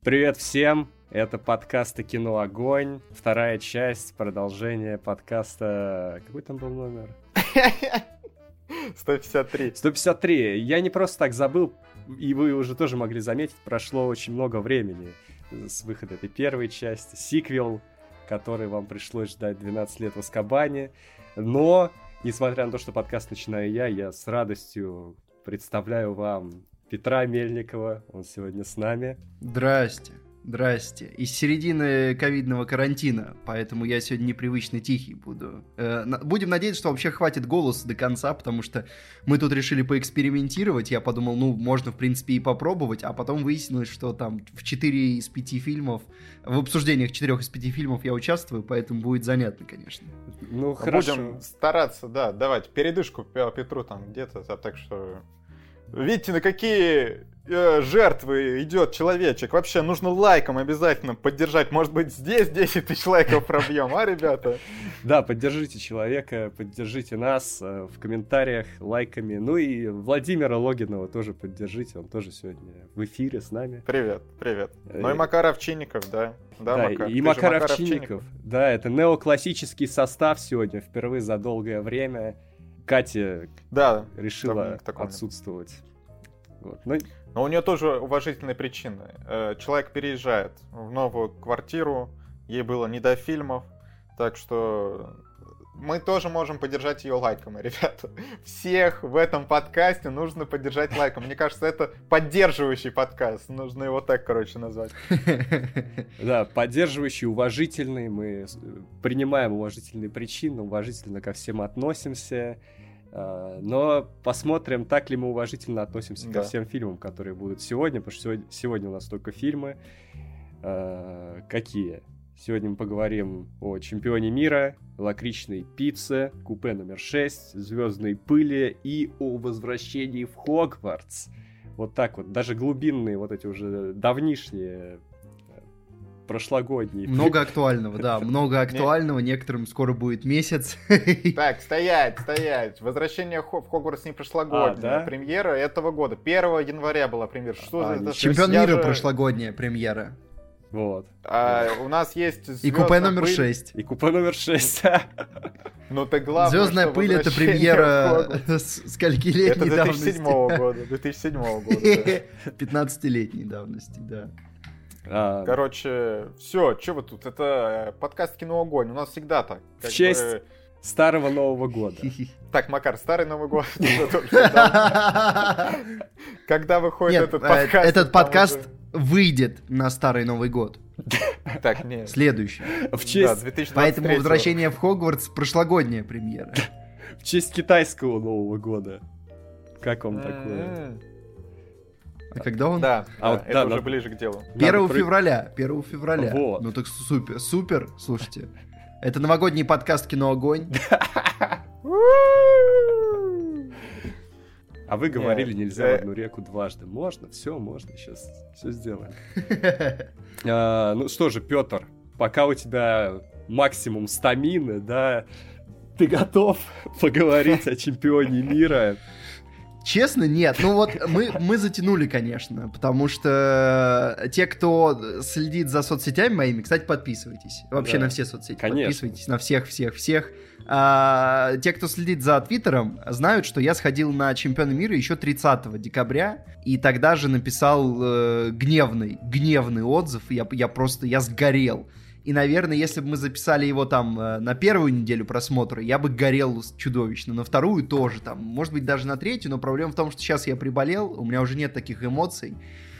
Привет всем! Это подкаст «Кино Огонь». Вторая часть, продолжение подкаста... Какой там был номер? 153. 153. Я не просто так забыл, и вы уже тоже могли заметить, прошло очень много времени с выхода этой первой части. Сиквел, который вам пришлось ждать 12 лет в Азкабане. Но, несмотря на то, что подкаст начинаю я с радостью представляю вам Петра Мельникова. Он сегодня с нами. Здрасте. Из середины ковидного карантина, поэтому я сегодня непривычно тихий буду. Будем надеяться, что вообще хватит голоса до конца, потому что мы тут решили поэкспериментировать. Я подумал, можно, в принципе, и попробовать, а потом выяснилось, что там в 4 из 5 фильмов, в обсуждениях 4 из 5 фильмов я участвую, поэтому будет занятно, конечно. Хорошо. Будем стараться, давать передышку Петру там где-то, так что... Видите, на какие жертвы идет человечек. Вообще нужно лайком обязательно поддержать. Может быть, здесь 10 тысяч лайков пробьем, а, ребята? Да, поддержите человека, поддержите нас в комментариях, лайками. Ну и Владимира Логинова тоже поддержите. Он тоже сегодня в эфире с нами. Привет. Ну и Макар Овчинников, да. Да, Макар. И Макар Овчинников. Да, это неоклассический состав сегодня, впервые за долгое время. Катя решила отсутствовать. Вот. Но у нее тоже уважительные причины. Человек переезжает в новую квартиру, ей было не до фильмов, так что мы тоже можем поддержать ее лайком, ребята. Всех в этом подкасте нужно поддержать лайком. Мне кажется, это поддерживающий подкаст. Нужно его так, назвать. Да, поддерживающий, уважительный. Мы принимаем уважительные причины, уважительно ко всем относимся. Но посмотрим, так ли мы уважительно относимся ко всем фильмам, которые будут сегодня, потому что сегодня у нас только фильмы. Какие? Сегодня мы поговорим о «Чемпионе мира», «Лакричной пицце», «Купе номер 6», «Звездной пыли» и о «Возвращении в Хогвартс». Вот так вот, даже глубинные, вот эти уже давнишние, прошлогодние. Много актуального, некоторым скоро будет месяц. Так, стоять. «Возвращение в Хогвартс» не прошлогодняя премьера этого года. 1 января была премьера. «Чемпион мира» прошлогодняя премьера. Вот. У нас есть и «Купе номер 6». И «Купе номер 6». Ну ты главное, «Звездная пыль» — это премьера скольки-летней давности? Это 2007 года. 15-летней давности, да. Короче, все, что вы тут? Это подкаст «Кино Огонь». У нас всегда так. В честь Старого Нового года. Так, Макар, Старый Новый год. Когда выходит этот подкаст? Этот подкаст выйдет на Старый Новый год. Так, нет. Следующий. В честь... Поэтому «Возвращение в Хогвартс» прошлогодняя премьера. В честь китайского Нового года. Как вам такое? А когда он? Да, это уже ближе к делу. 1 февраля. Вот. Ну так супер, слушайте. Это новогодний подкаст «Кино Огонь». А вы говорили, нельзя в одну реку дважды. Можно, сейчас все сделаем. Ну что же, Петр, пока у тебя максимум стамины, да, ты готов поговорить о «Чемпионе мира»? Честно, нет. Ну вот мы затянули, конечно, потому что те, кто следит за соцсетями моими, кстати, подписывайтесь. Вообще на все соцсети. Конечно. Подписывайтесь на всех. Те, кто следит за Твиттером, знают, что я сходил на «Чемпиона мира» еще 30 декабря, и тогда же написал гневный отзыв, я сгорел. И, наверное, если бы мы записали его там на первую неделю просмотра, я бы горел чудовищно. На вторую тоже, там, может быть, даже на третью, но проблема в том, что сейчас я приболел, у меня уже нет таких эмоций.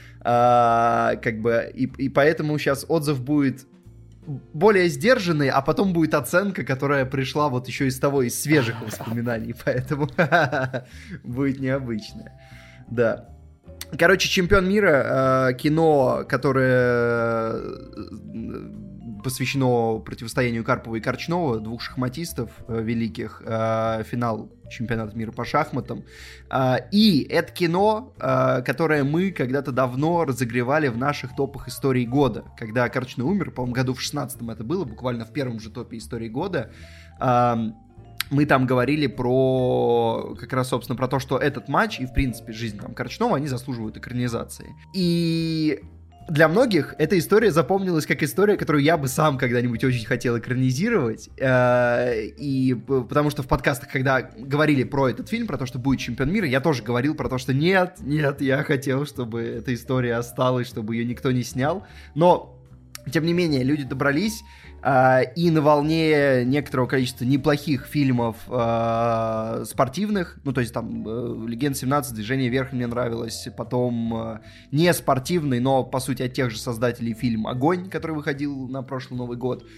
И поэтому сейчас отзыв будет более сдержанный, а потом будет оценка, которая пришла вот еще из свежих воспоминаний, поэтому будет необычная. Да. Короче, «Чемпион мира», кино, которое посвящено противостоянию Карпова и Корчнова, двух шахматистов великих, финал чемпионата мира по шахматам. И это кино, которое мы когда-то давно разогревали в наших топах истории года. Когда Корчнов умер, по-моему, году в 16-м это было, буквально в первом же топе истории года, мы там говорили про, как раз, собственно, про то, что этот матч и, в принципе, жизнь там Корчнова, они заслуживают экранизации. И для многих эта история запомнилась как история, которую я бы сам когда-нибудь очень хотел экранизировать. И потому что в подкастах, когда говорили про этот фильм, про то, что будет чемпион мира, я тоже говорил про то, что нет, я хотел, чтобы эта история осталась, чтобы ее никто не снял. Но, тем не менее, люди добрались. И на волне некоторого количества неплохих фильмов спортивных, ну, то есть там «Легенда 17», «Движение вверх» мне нравилось, потом не спортивный, но, по сути, от тех же создателей фильм «Огонь», который выходил на прошлый Новый год.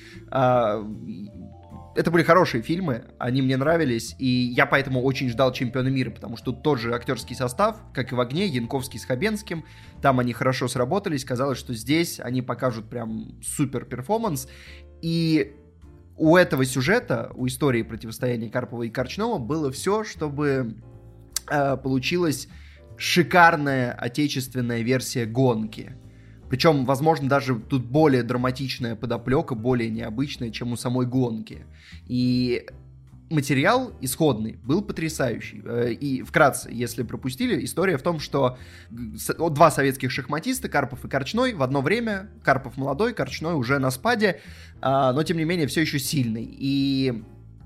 Это были хорошие фильмы, они мне нравились, и я поэтому очень ждал «Чемпиона мира», потому что тут тот же актерский состав, как и в «Огне», Янковский с Хабенским, там они хорошо сработались, казалось, что здесь они покажут прям супер перформанс, и у этого сюжета, у истории противостояния Карпова и Корчнова было все, чтобы получилась шикарная отечественная версия гонки. Причем, возможно, даже тут более драматичная подоплека, более необычная, чем у самой гонки. И материал исходный был потрясающий. И вкратце, если пропустили, история в том, что два советских шахматиста, Карпов и Корчной, в одно время, Карпов молодой, Корчной уже на спаде, но, тем не менее, все еще сильный. И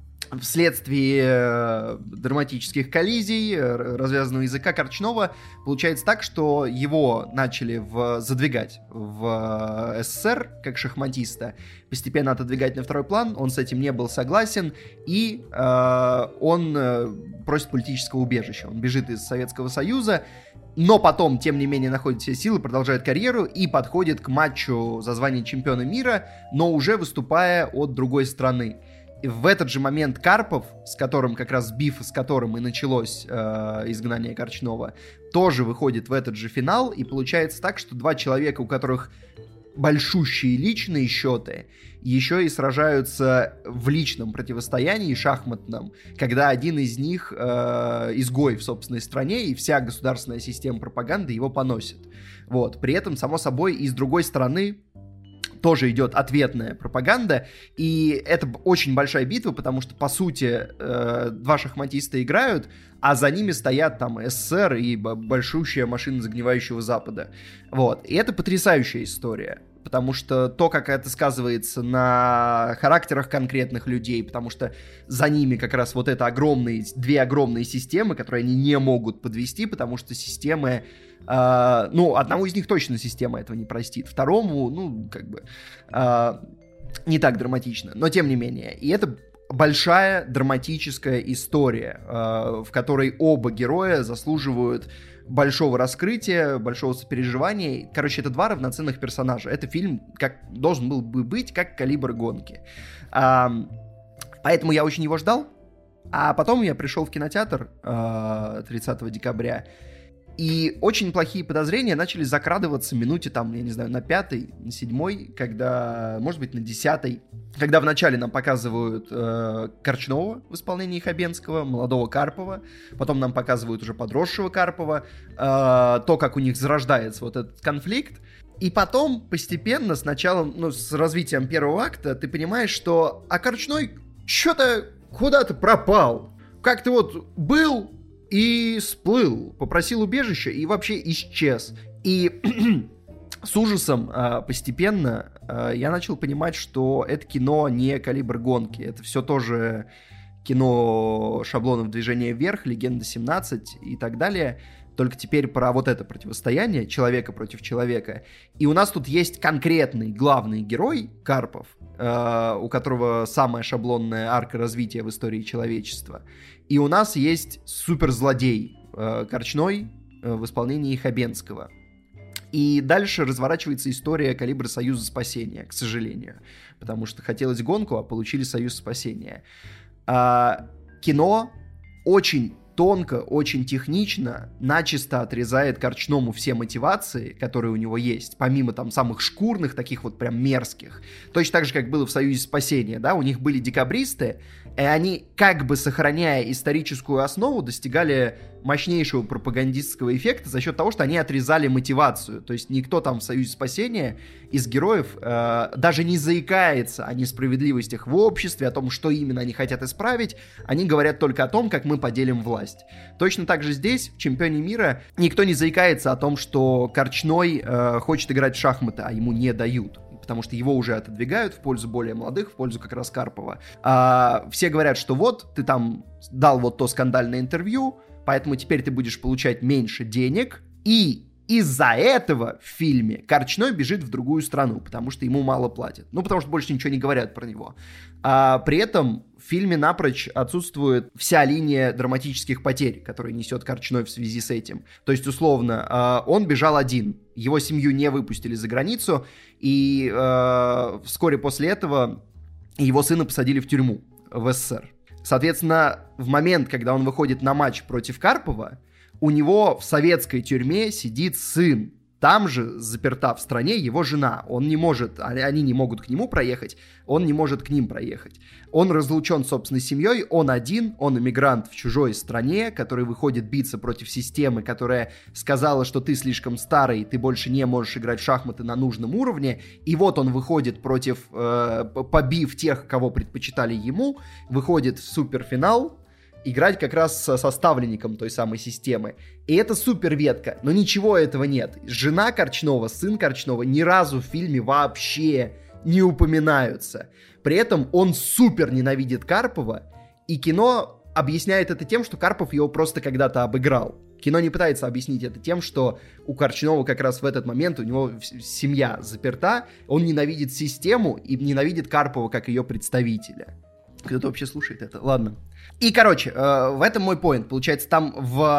вследствие драматических коллизий, развязанного языка Корчнова, получается так, что его начали задвигать в СССР как шахматиста, постепенно отодвигать на второй план, он с этим не был согласен, и он просит политического убежища. Он бежит из Советского Союза, но потом, тем не менее, находит все силы, продолжает карьеру и подходит к матчу за звание чемпиона мира, но уже выступая от другой страны. И в этот же момент Карпов, с которым как раз биф, с которым и началось изгнание Корчнова, тоже выходит в этот же финал, и получается так, что два человека, у которых большущие личные счеты, еще и сражаются в личном противостоянии шахматном, когда один из них изгой в собственной стране, и вся государственная система пропаганды его поносит. Вот. При этом, само собой, и с другой стороны тоже идет ответная пропаганда, и это очень большая битва, потому что, по сути, два шахматиста играют, а за ними стоят там СССР и большущая машина загнивающего Запада. Вот. И это потрясающая история, потому что то, как это сказывается на характерах конкретных людей, потому что за ними как раз вот это две огромные системы, которые они не могут подвести, потому что системы, одному из них точно система этого не простит, второму, не так драматично, но тем не менее. И это большая драматическая история, в которой оба героя заслуживают большого раскрытия, большого сопереживания. Короче, это два равноценных персонажа. Это фильм должен был бы быть как «Калибр гонки». Поэтому я очень его ждал. А потом я пришел в кинотеатр 30 декабря, и очень плохие подозрения начали закрадываться минуте, там, я не знаю, на 5-й, на 7-й, когда, может быть, на 10-й, когда вначале нам показывают Корчнова в исполнении Хабенского, молодого Карпова, потом нам показывают уже подросшего Карпова, то, как у них зарождается вот этот конфликт, и потом постепенно, сначала, с развитием первого акта, ты понимаешь, что Корчной что-то куда-то пропал, как-то вот был и сплыл, попросил убежища и вообще исчез. И с ужасом постепенно я начал понимать, что это кино не «Калибр гонки». Это все тоже кино шаблонов «Движения вверх», «Легенда 17» и так далее. Только теперь про вот это противостояние человека против человека. И у нас тут есть конкретный главный герой, Карпов, у которого самая шаблонная арка развития в истории человечества. И у нас есть суперзлодей Корчной в исполнении Хабенского. И дальше разворачивается история «Калибра Союза спасения», к сожалению. Потому что хотелось гонку, а получили Союз спасения. Кино очень тонко, очень технично, начисто отрезает Корчному все мотивации, которые у него есть, помимо там самых шкурных, таких вот прям мерзких. Точно так же, как было в «Союзе спасения», да, у них были декабристы, и они, как бы сохраняя историческую основу, достигали мощнейшего пропагандистского эффекта за счет того, что они отрезали мотивацию. То есть никто там в «Союзе спасения» из героев даже не заикается о несправедливостях в обществе, о том, что именно они хотят исправить. Они говорят только о том, как мы поделим власть. Точно так же здесь, в «Чемпионе мира», никто не заикается о том, что Корчной хочет играть в шахматы, а ему не дают. Потому что его уже отодвигают в пользу более молодых, в пользу как раз Карпова. Все говорят, что вот, ты там дал вот то скандальное интервью, поэтому теперь ты будешь получать меньше денег, и из-за этого в фильме Корчной бежит в другую страну, потому что ему мало платят. Ну, потому что больше ничего не говорят про него. При этом в фильме напрочь отсутствует вся линия драматических потерь, которую несет Корчной в связи с этим. То есть, условно, он бежал один, его семью не выпустили за границу, и вскоре после этого его сына посадили в тюрьму в СССР. Соответственно, в момент, когда он выходит на матч против Карпова, у него в советской тюрьме сидит сын. Там же заперта в стране его жена. Он не может, они не могут к нему проехать, он не может к ним проехать. Он разлучен с собственной семьей, он один, он иммигрант в чужой стране, который выходит биться против системы, которая сказала, что ты слишком старый, ты больше не можешь играть в шахматы на нужном уровне. И вот он выходит против, побив тех, кого предпочитали ему, выходит в суперфинал, играть как раз со ставленником той самой системы. И это супер ветка, но ничего этого нет. Жена Корчнова, сын Корчнова ни разу в фильме вообще не упоминаются. При этом он супер ненавидит Карпова, и кино объясняет это тем, что Карпов его просто когда-то обыграл. Кино не пытается объяснить это тем, что у Корчнова как раз в этот момент у него семья заперта, он ненавидит систему и ненавидит Карпова как ее представителя. Кто-то вообще слушает это? Ладно. И, короче, в этом мой поинт. Получается, там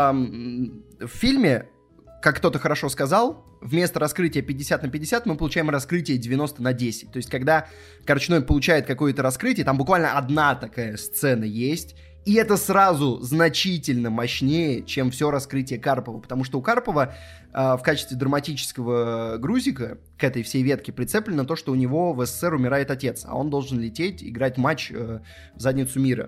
в фильме, как кто-то хорошо сказал, вместо раскрытия 50/50 мы получаем раскрытие 90/10. То есть, когда Корчной получает какое-то раскрытие, там буквально одна такая сцена есть, и это сразу значительно мощнее, чем все раскрытие Карпова. Потому что у Карпова в качестве драматического грузика к этой всей ветке прицеплено то, что у него в СССР умирает отец, а он должен лететь, играть матч в задницу мира.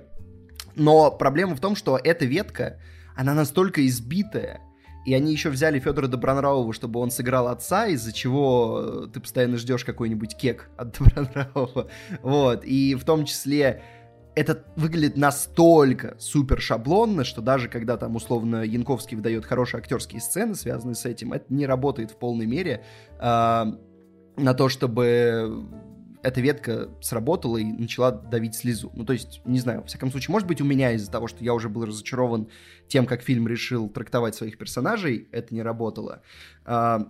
Но проблема в том, что эта ветка, она настолько избитая, и они еще взяли Федора Добронравова, чтобы он сыграл отца, из-за чего ты постоянно ждешь какой-нибудь кек от Добронравова. Вот. И в том числе это выглядит настолько супер шаблонно, что даже когда там условно Янковский выдает хорошие актерские сцены, связанные с этим, это не работает в полной мере на то, чтобы эта ветка сработала и начала давить слезу. Ну, то есть, не знаю, во всяком случае, может быть, у меня из-за того, что я уже был разочарован тем, как фильм решил трактовать своих персонажей, это не работало. Но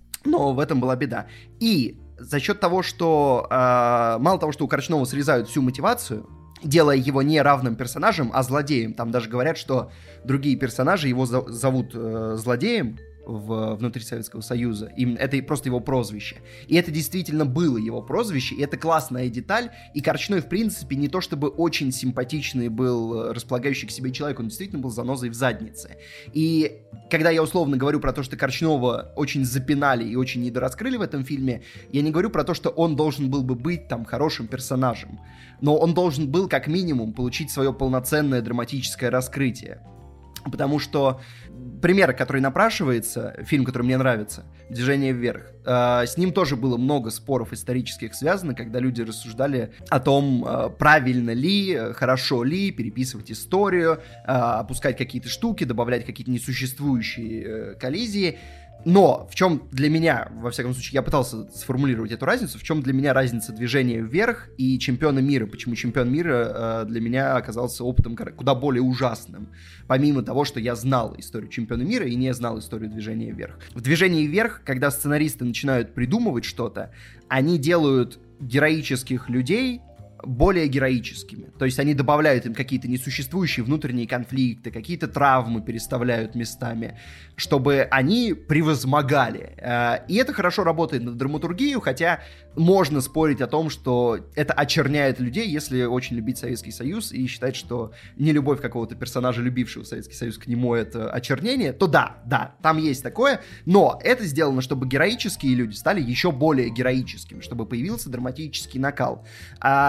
в этом была беда. И за счет того, что мало того, что у Корчнова срезают всю мотивацию, делая его не равным персонажем, а злодеем. Там даже говорят, что другие персонажи его зовут злодеем внутри Советского Союза. Это просто его прозвище. И это действительно было его прозвище, и это классная деталь. И Корчной, в принципе, не то чтобы очень симпатичный был, располагающий к себе человек, он действительно был занозой в заднице. И когда я условно говорю про то, что Корчнова очень запинали и очень недораскрыли в этом фильме, я не говорю про то, что он должен был бы быть там хорошим персонажем. Но он должен был, как минимум, получить свое полноценное драматическое раскрытие. Потому что пример, который напрашивается, фильм, который мне нравится, «Движение вверх», с ним тоже было много споров исторических связано, когда люди рассуждали о том, правильно ли, хорошо ли переписывать историю, опускать какие-то штуки, добавлять какие-то несуществующие коллизии. Но в чем для меня, во всяком случае, я пытался сформулировать эту разницу, в чем для меня разница «Движения вверх» и «Чемпиона мира», почему «Чемпион мира» для меня оказался опытом куда более ужасным, помимо того, что я знал историю «Чемпиона мира» и не знал историю «Движения вверх». В «Движении вверх», когда сценаристы начинают придумывать что-то, они делают героических людей более героическими. То есть они добавляют им какие-то несуществующие внутренние конфликты, какие-то травмы переставляют местами, чтобы они превозмогали. И это хорошо работает на драматургию, хотя можно спорить о том, что это очерняет людей, если очень любить Советский Союз и считать, что нелюбовь какого-то персонажа, любившего Советский Союз, к нему это очернение, то да, там есть такое, но это сделано, чтобы героические люди стали еще более героическими, чтобы появился драматический накал.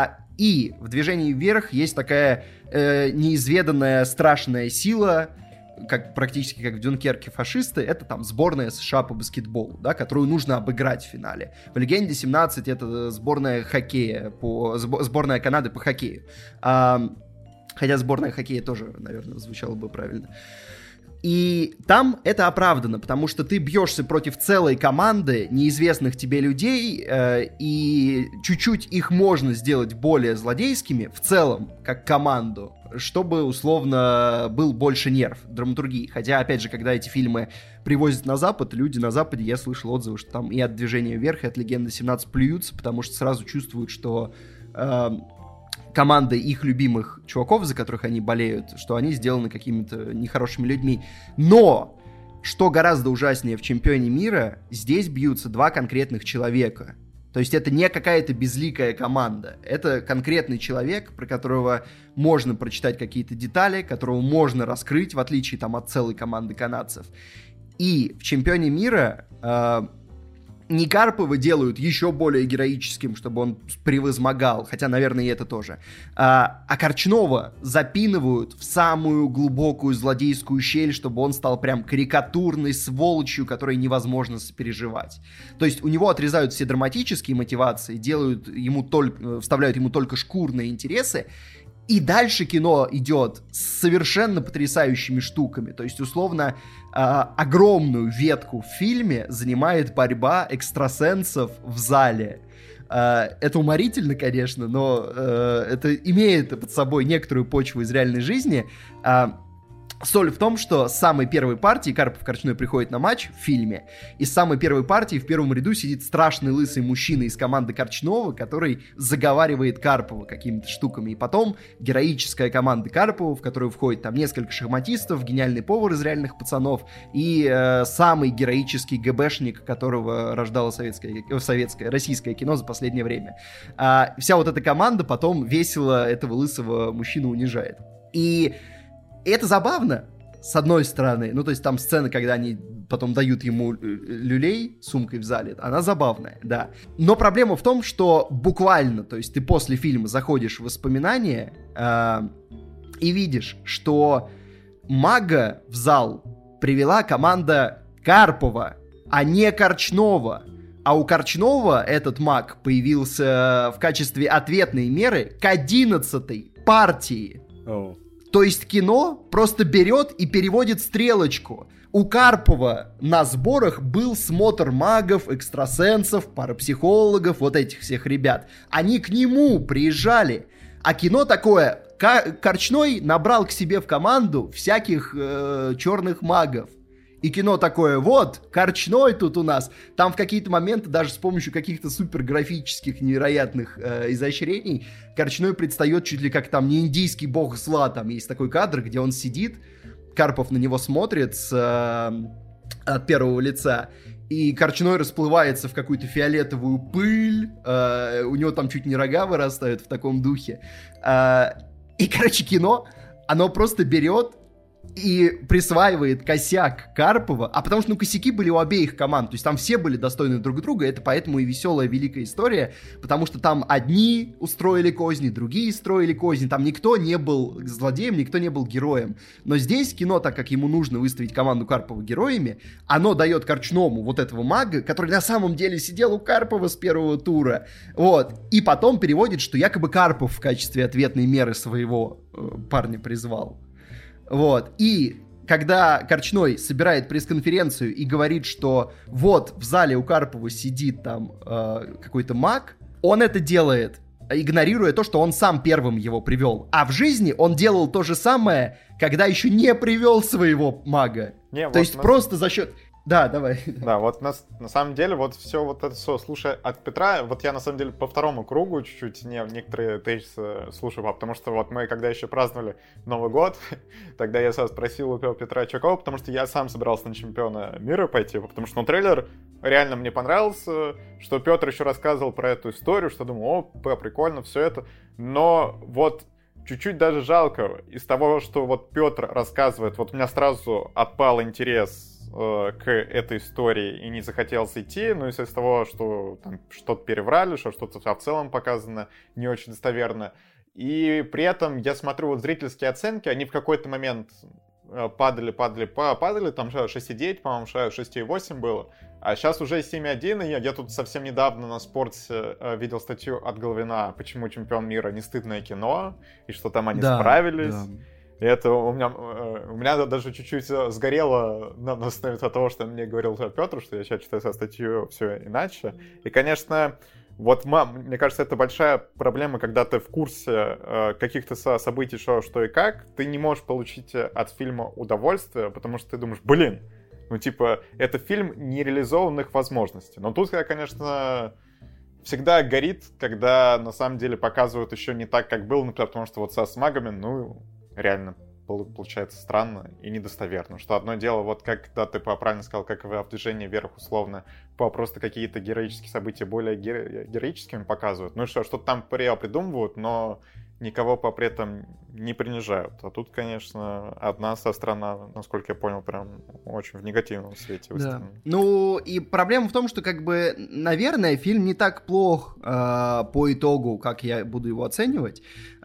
И в «Движении вверх» есть такая неизведанная страшная сила, как, практически как в Дюнкерке фашисты, это там сборная США по баскетболу, да, которую нужно обыграть в финале. В «Легенде 17» это сборная Канады по хоккею. Хотя сборная хоккея тоже, наверное, звучало бы правильно. И там это оправдано, потому что ты бьешься против целой команды неизвестных тебе людей, и чуть-чуть их можно сделать более злодейскими в целом, как команду, чтобы, условно, был больше нерв драматургии. Хотя, опять же, когда эти фильмы привозят на Запад, люди на Западе, я слышал отзывы, что там и от «Движения вверх», и от «Легенды 17» плюются, потому что сразу чувствуют, что команда их любимых чуваков, за которых они болеют, что они сделаны какими-то нехорошими людьми. Но, что гораздо ужаснее в «Чемпионе мира», здесь бьются два конкретных человека. То есть это не какая-то безликая команда. Это конкретный человек, про которого можно прочитать какие-то детали, которого можно раскрыть, в отличие там, от целой команды канадцев. И в «Чемпионе мира» не Карпова делают еще более героическим, чтобы он превозмогал, хотя, наверное, и это тоже. А Корчнова запинывают в самую глубокую злодейскую щель, чтобы он стал прям карикатурной сволочью, которой невозможно сопереживать. То есть у него отрезают все драматические мотивации, вставляют ему только шкурные интересы, и дальше кино идет с совершенно потрясающими штуками. То есть, условно, огромную ветку в фильме занимает борьба экстрасенсов в зале. Это уморительно, конечно, но это имеет под собой некоторую почву из реальной жизни. Соль в том, что с самой первой партии Карпов-Корчной приходит на матч в фильме, и с самой первой партии в первом ряду сидит страшный лысый мужчина из команды Корчнова, который заговаривает Карпова какими-то штуками. И потом героическая команда Карпова, в которую входит там несколько шахматистов, гениальный повар из «Реальных пацанов» и самый героический ГБшник, которого рождало российское кино за последнее время. Вся вот эта команда потом весело этого лысого мужчину унижает. И это забавно, с одной стороны. Ну, то есть там сцена, когда они потом дают ему люлей сумкой в зале, она забавная, да. Но проблема в том, что буквально, то есть ты после фильма заходишь в воспоминания и видишь, что мага в зал привела команда Карпова, а не Корчнова. А у Корчнова этот маг появился в качестве ответной меры к 11-й партии. Oh. То есть кино просто берет и переводит стрелочку. У Карпова на сборах был смотр магов, экстрасенсов, парапсихологов, вот этих всех ребят. Они к нему приезжали. А кино такое, Корчной набрал к себе в команду всяких черных магов. И кино такое, вот, Корчной тут у нас. Там в какие-то моменты, даже с помощью каких-то суперграфических невероятных изощрений, Корчной предстает чуть ли как там не индийский бог зла. Там есть такой кадр, где он сидит, Карпов на него смотрит от первого лица, и Корчной расплывается в какую-то фиолетовую пыль, у него там чуть не рога вырастают в таком духе. И, короче, кино, оно просто берет и присваивает косяк Карпова, а потому что, косяки были у обеих команд, то есть там все были достойны друг друга, это поэтому и веселая, великая история, потому что там одни устроили козни, другие строили козни, там никто не был злодеем, никто не был героем, но здесь кино, так как ему нужно выставить команду Карпова героями, оно дает Корчному вот этого мага, который на самом деле сидел у Карпова с первого тура, вот, и потом переводит, что якобы Карпов в качестве ответной меры своего парня призвал. Вот, и когда Корчной собирает пресс-конференцию и говорит, что вот в зале у Карпова сидит там какой-то маг, он это делает, игнорируя то, что он сам первым его привел. А в жизни он делал то же самое, когда еще не привел своего мага. То есть просто за счет... Да, давай. Да, вот на самом деле вот все вот это все, слушая от Петра, вот я на самом деле по второму кругу чуть-чуть некоторые тезисы слушаю, потому что вот мы когда еще праздновали Новый год, тогда я спросил у Петра Чукова, потому что я сам собирался на чемпиона мира пойти, потому что трейлер реально мне понравился, что Петр еще рассказывал про эту историю, что думал, прикольно все это, но вот чуть-чуть даже жалко из того, что вот Петр рассказывает, вот у меня сразу отпал интерес к этой истории и не захотелось идти, ну, из того, что там что-то переврали, что что-то в целом показано не очень достоверно. И при этом я смотрю вот зрительские оценки, они в какой-то момент падали, там 6,9, по-моему, 6,8 было, а сейчас уже 7,1, и я тут совсем недавно на спорте видел статью от Головина, почему «Чемпион мира» не стыдное кино, и что там они справились. Да. И это у меня даже чуть-чуть сгорело на основе того, что мне говорил Петр, что я сейчас читаю свою статью все иначе. И, конечно, вот мне кажется, это большая проблема, когда ты в курсе каких-то событий, что и как, ты не можешь получить от фильма удовольствие, потому что ты думаешь, блин, это фильм нереализованных возможностей. Но тут, конечно, всегда горит, когда на самом деле показывают еще не так, как было, например, потому что вот с магами, реально получается странно и недостоверно. Что одно дело, вот когда ты правильно сказал, как в «Движении вверх» условно, просто какие-то героические события более героическими показывают. Что-то там придумывают, но никого при этом не принижают. А тут, конечно, одна сторона, насколько я понял, прям очень в негативном свете выставлена. Да. И проблема в том, что, наверное, фильм не так плох по итогу, как я буду его оценивать.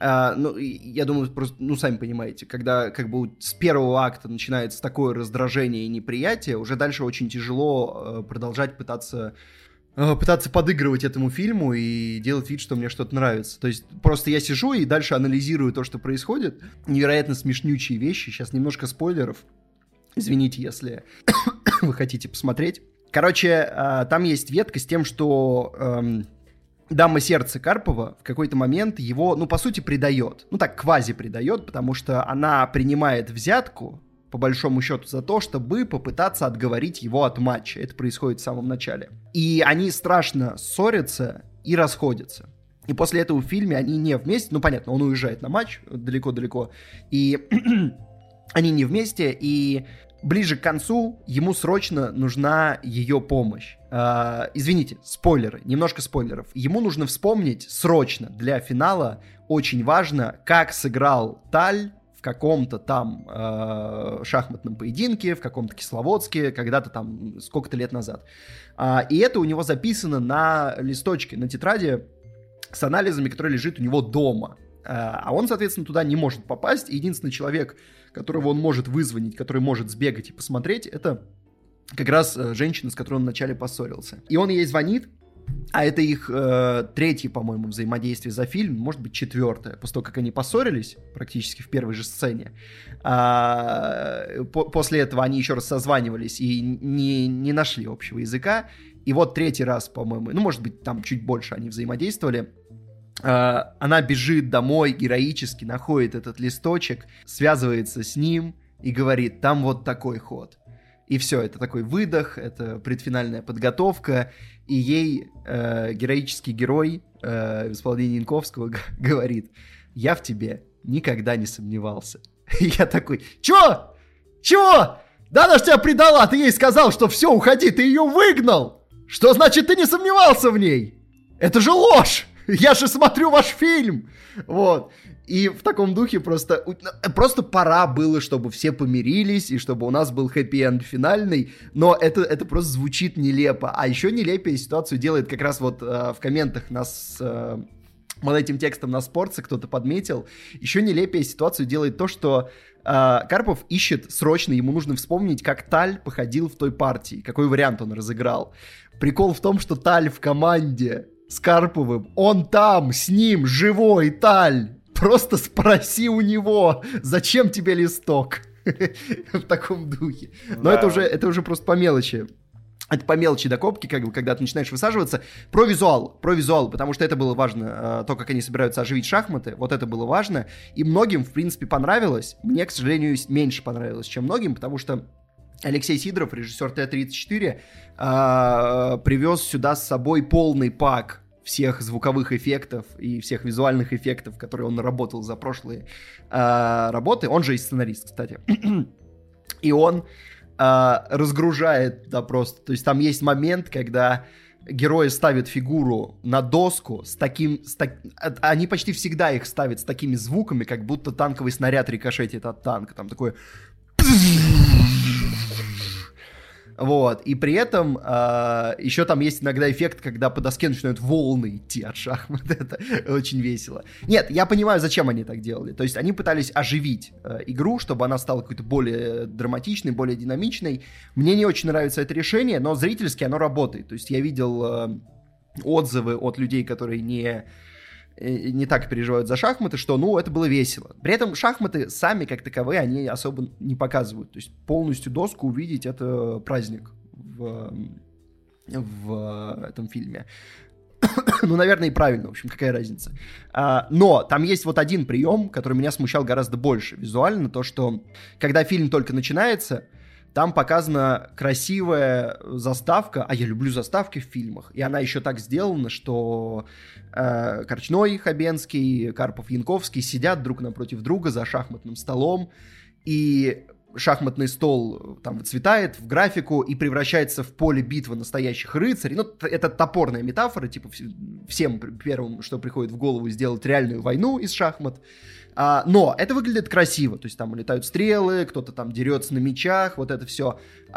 Я думаю, просто, сами понимаете, когда с первого акта начинается такое раздражение и неприятие, уже дальше очень тяжело продолжать пытаться подыгрывать этому фильму и делать вид, что мне что-то нравится. То есть просто я сижу и дальше анализирую то, что происходит. Невероятно смешнючие вещи. Сейчас немножко спойлеров. Извините, если вы хотите посмотреть. Короче, там есть ветка с тем, что дама сердца Карпова в какой-то момент его, по сути, предает. Квази предает, потому что она принимает взятку, по большому счету, за то, чтобы попытаться отговорить его от матча. Это происходит в самом начале. И они страшно ссорятся и расходятся. И после этого в фильме они не вместе. Понятно, он уезжает на матч далеко-далеко. И они не вместе. И ближе к концу ему срочно нужна ее помощь. Извините, спойлеры, немножко спойлеров. Ему нужно вспомнить срочно для финала, очень важно, как сыграл Таль в каком-то там шахматном поединке, в каком-то Кисловодске, когда-то там, сколько-то лет назад. И это у него записано на листочке, на тетради с анализами, который лежит у него дома. А он, соответственно, туда не может попасть. И единственный человек, которого он может вызвонить, который может сбегать и посмотреть, это как раз женщина, с которой он вначале поссорился. И он ей звонит, а это их третье, по-моему, взаимодействие за фильм, может быть, четвертое, после того, как они поссорились практически в первой же сцене. После этого они еще раз созванивались и не нашли общего языка. И вот третий раз, по-моему, может быть, там чуть больше они взаимодействовали. Она бежит домой, героически находит этот листочек, связывается с ним и говорит, там вот такой ход. И все, это такой выдох, это предфинальная подготовка, и ей героический герой в исполнении Янковского говорит, я в тебе никогда не сомневался. И я такой, чего? Чего? Да она ж тебя предала, ты ей сказал, что все, уходи, ты ее выгнал. Что значит, ты не сомневался в ней? Это же ложь! Я же смотрю ваш фильм! Вот. И в таком духе просто пора было, чтобы все помирились, и чтобы у нас был хэппи-энд финальный, но это просто звучит нелепо. А еще нелепее ситуацию делает как раз вот в комментах нас... под этим текстом на спорте кто-то подметил. Еще нелепее ситуацию делает то, что Карпов ищет срочно, ему нужно вспомнить, как Таль походил в той партии, какой вариант он разыграл. Прикол в том, что Таль в команде с Карповым, он там, с ним, живой, Таль. Просто спроси у него, зачем тебе листок? В таком духе. Но это уже просто по мелочи. Это по мелочи докопки, когда ты начинаешь высаживаться. Про визуал, потому что это было важно, то, как они собираются оживить шахматы, вот это было важно. И многим, в принципе, понравилось. Мне, к сожалению, меньше понравилось, чем многим, потому что Алексей Сидоров, режиссер Т-34, привез сюда с собой полный пак всех звуковых эффектов и всех визуальных эффектов, которые он наработал за прошлые работы. Он же и сценарист, кстати. И он разгружает, да, просто. То есть там есть момент, когда герои ставят фигуру на доску они почти всегда их ставят с такими звуками, как будто танковый снаряд рикошетит от танка. Там такое... Вот, и при этом еще там есть иногда эффект, когда по доске начинают волны идти от шахмат, это очень весело. Нет, я понимаю, зачем они так делали, то есть они пытались оживить игру, чтобы она стала какой-то более драматичной, более динамичной. Мне не очень нравится это решение, но зрительски оно работает, то есть я видел отзывы от людей, которые не так переживают за шахматы, что, ну, это было весело. При этом шахматы сами, как таковые, они особо не показывают. То есть полностью доску увидеть — это праздник в этом фильме. Ну, наверное, и правильно, в общем, какая разница. Но там есть вот один прием, который меня смущал гораздо больше визуально, то, что когда фильм только начинается, там показана красивая заставка, а я люблю заставки в фильмах, и она еще так сделана, что Корчной, Хабенский, Карпов, Янковский сидят друг напротив друга за шахматным столом, и шахматный стол там выцветает в графику и превращается в поле битвы настоящих рыцарей. Ну, это топорная метафора, типа всем первым, что приходит в голову, сделать реальную войну из шахмат. Но это выглядит красиво, то есть там летают стрелы, кто-то там дерется на мечах, вот это все.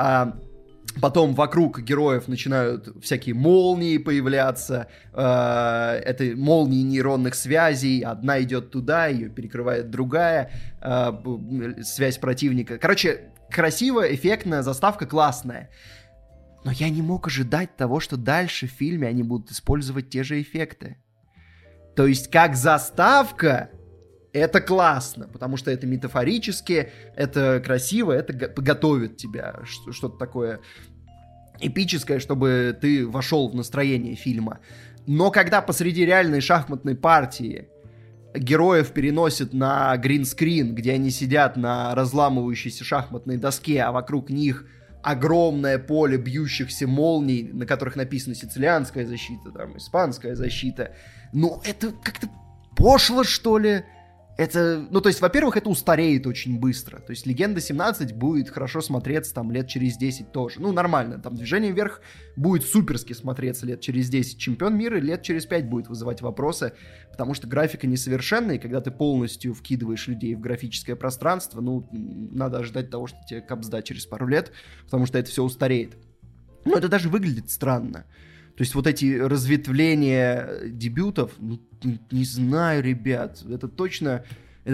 Потом вокруг героев начинают всякие молнии появляться, это молнии нейронных связей, одна идет туда, ее перекрывает другая, связь противника. Короче, красиво, эффектная, заставка классная. Но я не мог ожидать того, что дальше в фильме они будут использовать те же эффекты. То есть как заставка... Это классно, потому что это метафорически, это красиво, это готовит тебя, что-то такое эпическое, чтобы ты вошел в настроение фильма. Но когда посреди реальной шахматной партии героев переносят на гринскрин, где они сидят на разламывающейся шахматной доске, а вокруг них огромное поле бьющихся молний, на которых написано «Сицилианская защита», там, «Испанская защита», ну, это как-то пошло, что ли? Это, ну, то есть, во-первых, это устареет очень быстро. То есть, «Легенда 17» будет хорошо смотреться там лет через 10 тоже. Ну, нормально. Там «Движение вверх» будет суперски смотреться лет через 10. «Чемпион мира» лет через 5 будет вызывать вопросы, потому что графика несовершенная, и когда ты полностью вкидываешь людей в графическое пространство, ну, надо ожидать того, что тебе капсда через пару лет, потому что это все устареет. Но это даже выглядит странно. То есть вот эти разветвления дебютов, ну, не знаю, ребят, это точно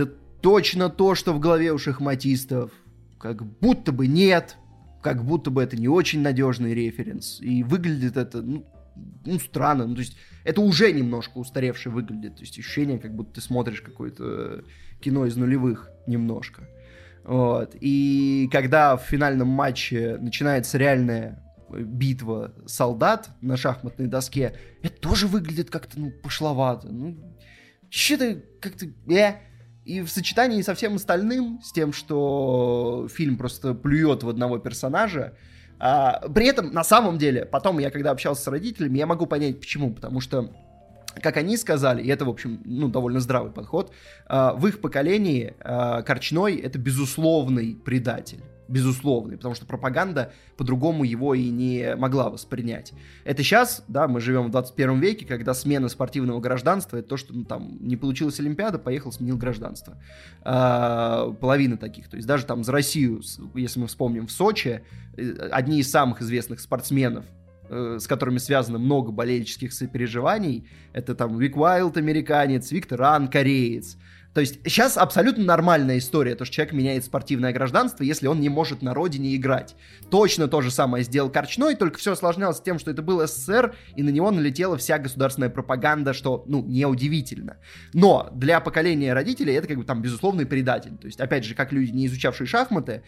то, что в голове у шахматистов. Как будто бы нет, как будто бы это не очень надежный референс. И выглядит это, ну странно. Ну, то есть это уже немножко устаревше выглядит. То есть ощущение, как будто ты смотришь какое-то кино из нулевых немножко. Вот. И когда в финальном матче начинается реальная битва солдат на шахматной доске, это тоже выглядит как-то, ну, пошловато. Ну, что-то как-то... И в сочетании со всем остальным, с тем, что фильм просто плюет в одного персонажа, при этом, на самом деле, потом я, когда общался с родителями, я могу понять, почему. Потому что, как они сказали, и это, в общем, ну, довольно здравый подход, в их поколении Корчной — это безусловный предатель. Безусловный, потому что пропаганда по-другому его и не могла воспринять. Это сейчас, да, мы живем в 21 веке, когда смена спортивного гражданства — это то, что, ну, там, не получилась Олимпиада, поехал, сменил гражданство. Половина таких. То есть даже там за Россию, если мы вспомним, в Сочи, одни из самых известных спортсменов, с которыми связано много болельческих сопереживаний, это там Вик Уайлд, американец, Виктор Ан, кореец. То есть сейчас абсолютно нормальная история, то, что человек меняет спортивное гражданство, если он не может на родине играть. Точно то же самое сделал Корчной, только все осложнялось тем, что это был СССР, и на него налетела вся государственная пропаганда, что, ну, неудивительно. Но для поколения родителей это как бы там безусловный предатель. То есть, опять же, как люди, не изучавшие шахматы,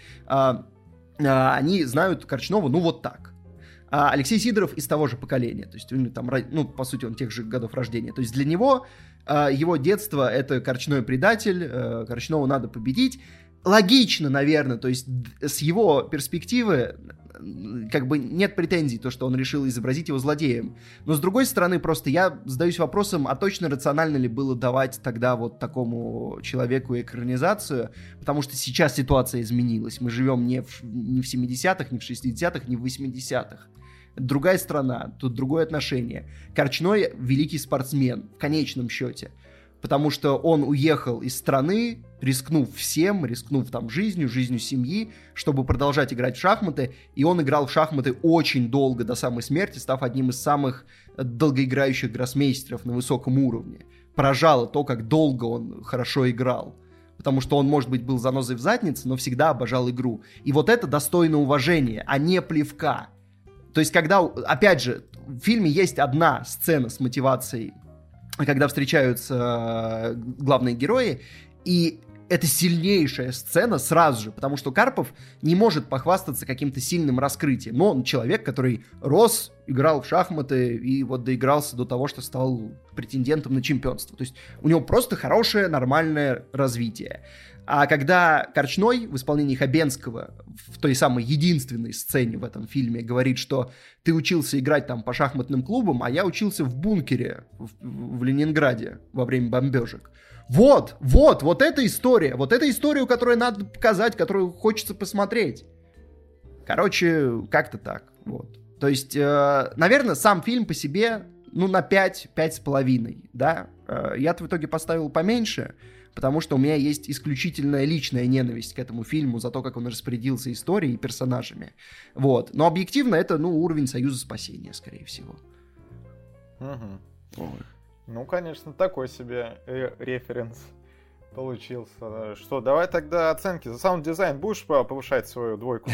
они знают Корчного, ну, вот так. Алексей Сидоров из того же поколения, то есть, там, ну, по сути, он тех же годов рождения. То есть для него его детство — это Корчной предатель, Корчного надо победить. Логично, наверное, то есть с его перспективы как бы нет претензий, то, что он решил изобразить его злодеем. Но с другой стороны, просто я задаюсь вопросом, а точно рационально ли было давать тогда вот такому человеку экранизацию, потому что сейчас ситуация изменилась. Мы живем не в 70-х, не в 60-х, не в 80-х. Другая страна, тут другое отношение. Корчной — великий спортсмен, в конечном счете. потому что он уехал из страны, рискнув всем, рискнув там жизнью семьи, чтобы продолжать играть в шахматы, и он играл в шахматы очень долго, до самой смерти, став одним из самых долгоиграющих гроссмейстеров на высоком уровне. Поражало то, как долго он хорошо играл. Потому что он, может быть, был занозой в заднице, но всегда обожал игру. И вот это достойно уважения, а не плевка. То есть, когда, опять же, в фильме есть одна сцена с мотивацией, когда встречаются главные герои, и это сильнейшая сцена сразу же, потому что Карпов не может похвастаться каким-то сильным раскрытием. Но он человек, который рос, играл в шахматы и вот доигрался до того, что стал претендентом на чемпионство. То есть у него просто хорошее, нормальное развитие. А когда Корчной в исполнении Хабенского в той самой единственной сцене в этом фильме говорит, что ты учился играть там по шахматным клубам, а я учился в бункере в Ленинграде во время бомбежек. Вот эта история, которую надо показать, которую хочется посмотреть. Короче, как-то так, вот. То есть, наверное, сам фильм по себе, на 5-5,5, да. Я-то в итоге поставил поменьше, потому что у меня есть исключительная личная ненависть к этому фильму за то, как он распорядился историей и персонажами. Вот. Но объективно это, уровень Союза спасения, скорее всего. Угу. Ну, конечно, такой себе референс получился. Что, давай тогда оценки. За саунд-дизайн будешь повышать свою двойку?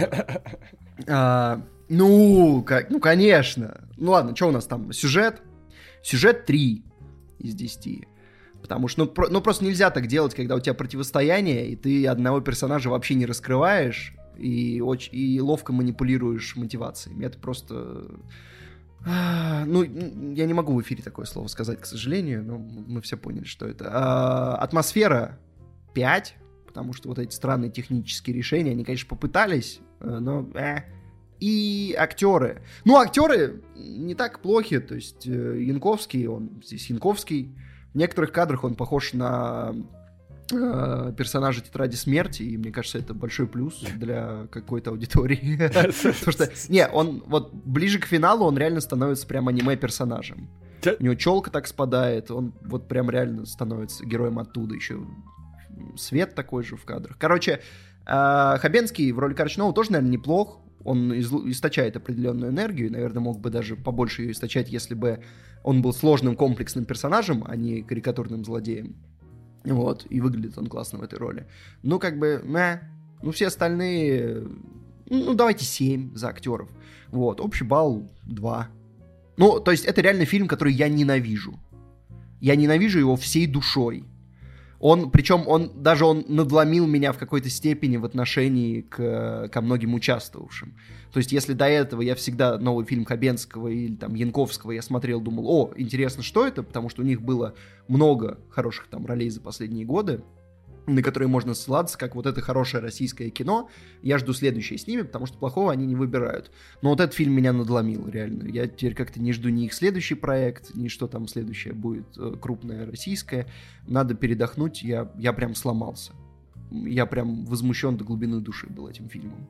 Конечно. Ну ладно, что у нас там? Сюжет? Сюжет 3 из 10. Потому что, просто нельзя так делать, когда у тебя противостояние, и ты одного персонажа вообще не раскрываешь, и ловко манипулируешь мотивациями. Это просто... я не могу в эфире такое слово сказать, к сожалению, но мы все поняли, что это. Атмосфера 5, потому что вот эти странные технические решения, они, конечно, попытались, но... И актеры. Актеры не так плохи, то есть Янковский, он здесь Янковский. В некоторых кадрах он похож на персонажа «Тетради смерти», и мне кажется, это большой плюс для какой-то аудитории. Потому что, он вот ближе к финалу он реально становится прям аниме-персонажем. У него челка так спадает, он вот прям реально становится героем оттуда. Еще свет такой же в кадрах. Короче, Хабенский в роли Корчного тоже, наверное, неплох. Он источает определенную энергию, наверное, мог бы даже побольше ее источать, если бы он был сложным комплексным персонажем, а не карикатурным злодеем. Вот, и выглядит он классно в этой роли. Все остальные... давайте 7 за актеров. Вот, общий балл 2. То есть это реально фильм, который я ненавижу. Я ненавижу его всей душой. Причем он надломил меня в какой-то степени в отношении ко многим участвовавшим. То есть, если до этого я всегда новый фильм Хабенского или там Янковского я смотрел, думал, интересно, что это, потому что у них было много хороших там ролей за последние годы, на которые можно ссылаться, как вот это хорошее российское кино. Я жду следующее с ними, потому что плохого они не выбирают. Но вот этот фильм меня надломил, реально. Я теперь как-то не жду ни их следующий проект, ни что там следующее будет крупное российское. Надо передохнуть, я прям сломался. Я прям возмущен до глубины души был этим фильмом.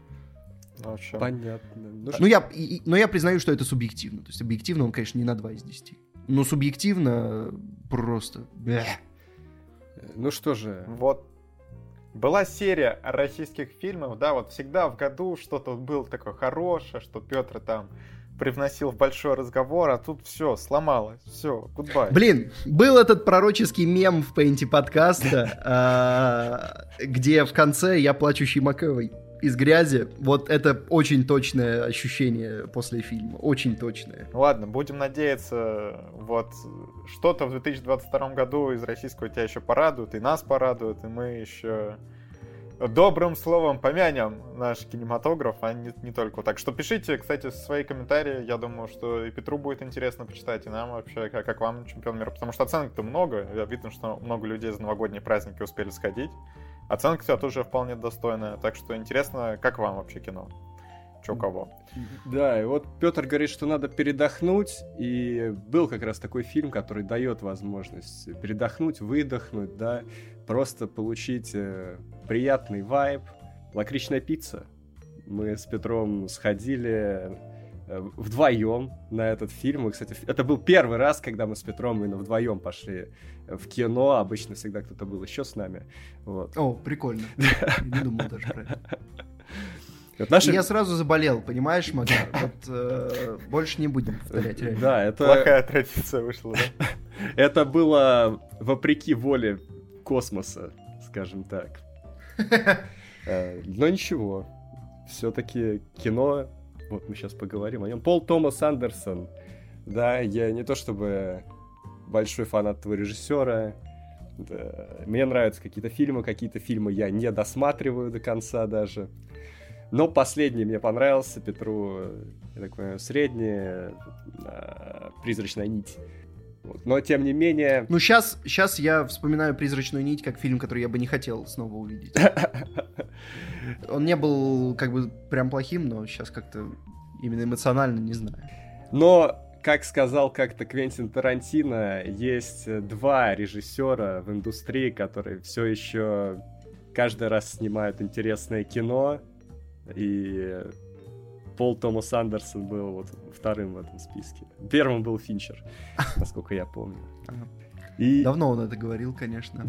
Понятно. Но я признаю, что это субъективно. То есть объективно он, конечно, не на 2 из 10. Но субъективно просто... Ну что же. Вот. Была серия российских фильмов, да, вот всегда в году что-то было такое хорошее, что Петр там привносил в большой разговор, а тут все, сломалось, все, goodbye. Блин, был этот пророческий мем в пейнте подкаста, где в конце я плачущий Маковой из грязи. Вот это очень точное ощущение после фильма. Очень точное. Ладно, будем надеяться, вот что-то в 2022 году из российского тебя еще порадует, и нас порадует, и мы еще добрым словом помянем наш кинематограф, а не только вот так. Что пишите, кстати, свои комментарии. Я думаю, что и Петру будет интересно почитать, и нам вообще, как вам чемпион мира. Потому что оценок-то много. Я видно, что много людей за новогодние праздники успели сходить. Оценка у тебя тоже вполне достойная. Так что интересно, как вам вообще кино? Чё у кого? Да, и вот Петр говорит, что надо передохнуть. И был как раз такой фильм, который дает возможность передохнуть, выдохнуть, да, просто получить приятный вайб. «Лакричная пицца». Мы с Петром сходили вдвоем на этот фильм. И, кстати, это был первый раз, когда мы с Петром именно вдвоем пошли в кино. Обычно всегда кто-то был еще с нами. Вот. О, прикольно. Не думал даже про это. Вот я сразу заболел, понимаешь, Макар? Вот больше не будем повторять. Реально. Да, это... Плохая традиция вышла, да? Это было вопреки воле космоса, скажем так. Но ничего. Все-таки кино... Вот мы сейчас поговорим о нем. Пол Томас Андерсон. Да, я не то чтобы большой фанат этого режиссера. Да, мне нравятся какие-то фильмы я не досматриваю до конца даже. Но последний мне понравился, Петру, я так понимаю, средний, «Призрачная нить». Вот. Но, тем не менее... Ну, сейчас я вспоминаю «Призрачную нить» как фильм, который я бы не хотел снова увидеть. Он не был, как бы, прям плохим, но сейчас как-то именно эмоционально не знаю. Но, как сказал как-то Квентин Тарантино, есть два режиссера в индустрии, которые все еще каждый раз снимают интересное кино, и Пол Томас Андерсон был вот вторым в этом списке. Первым был Финчер, насколько я помню. И... Давно он это говорил, конечно.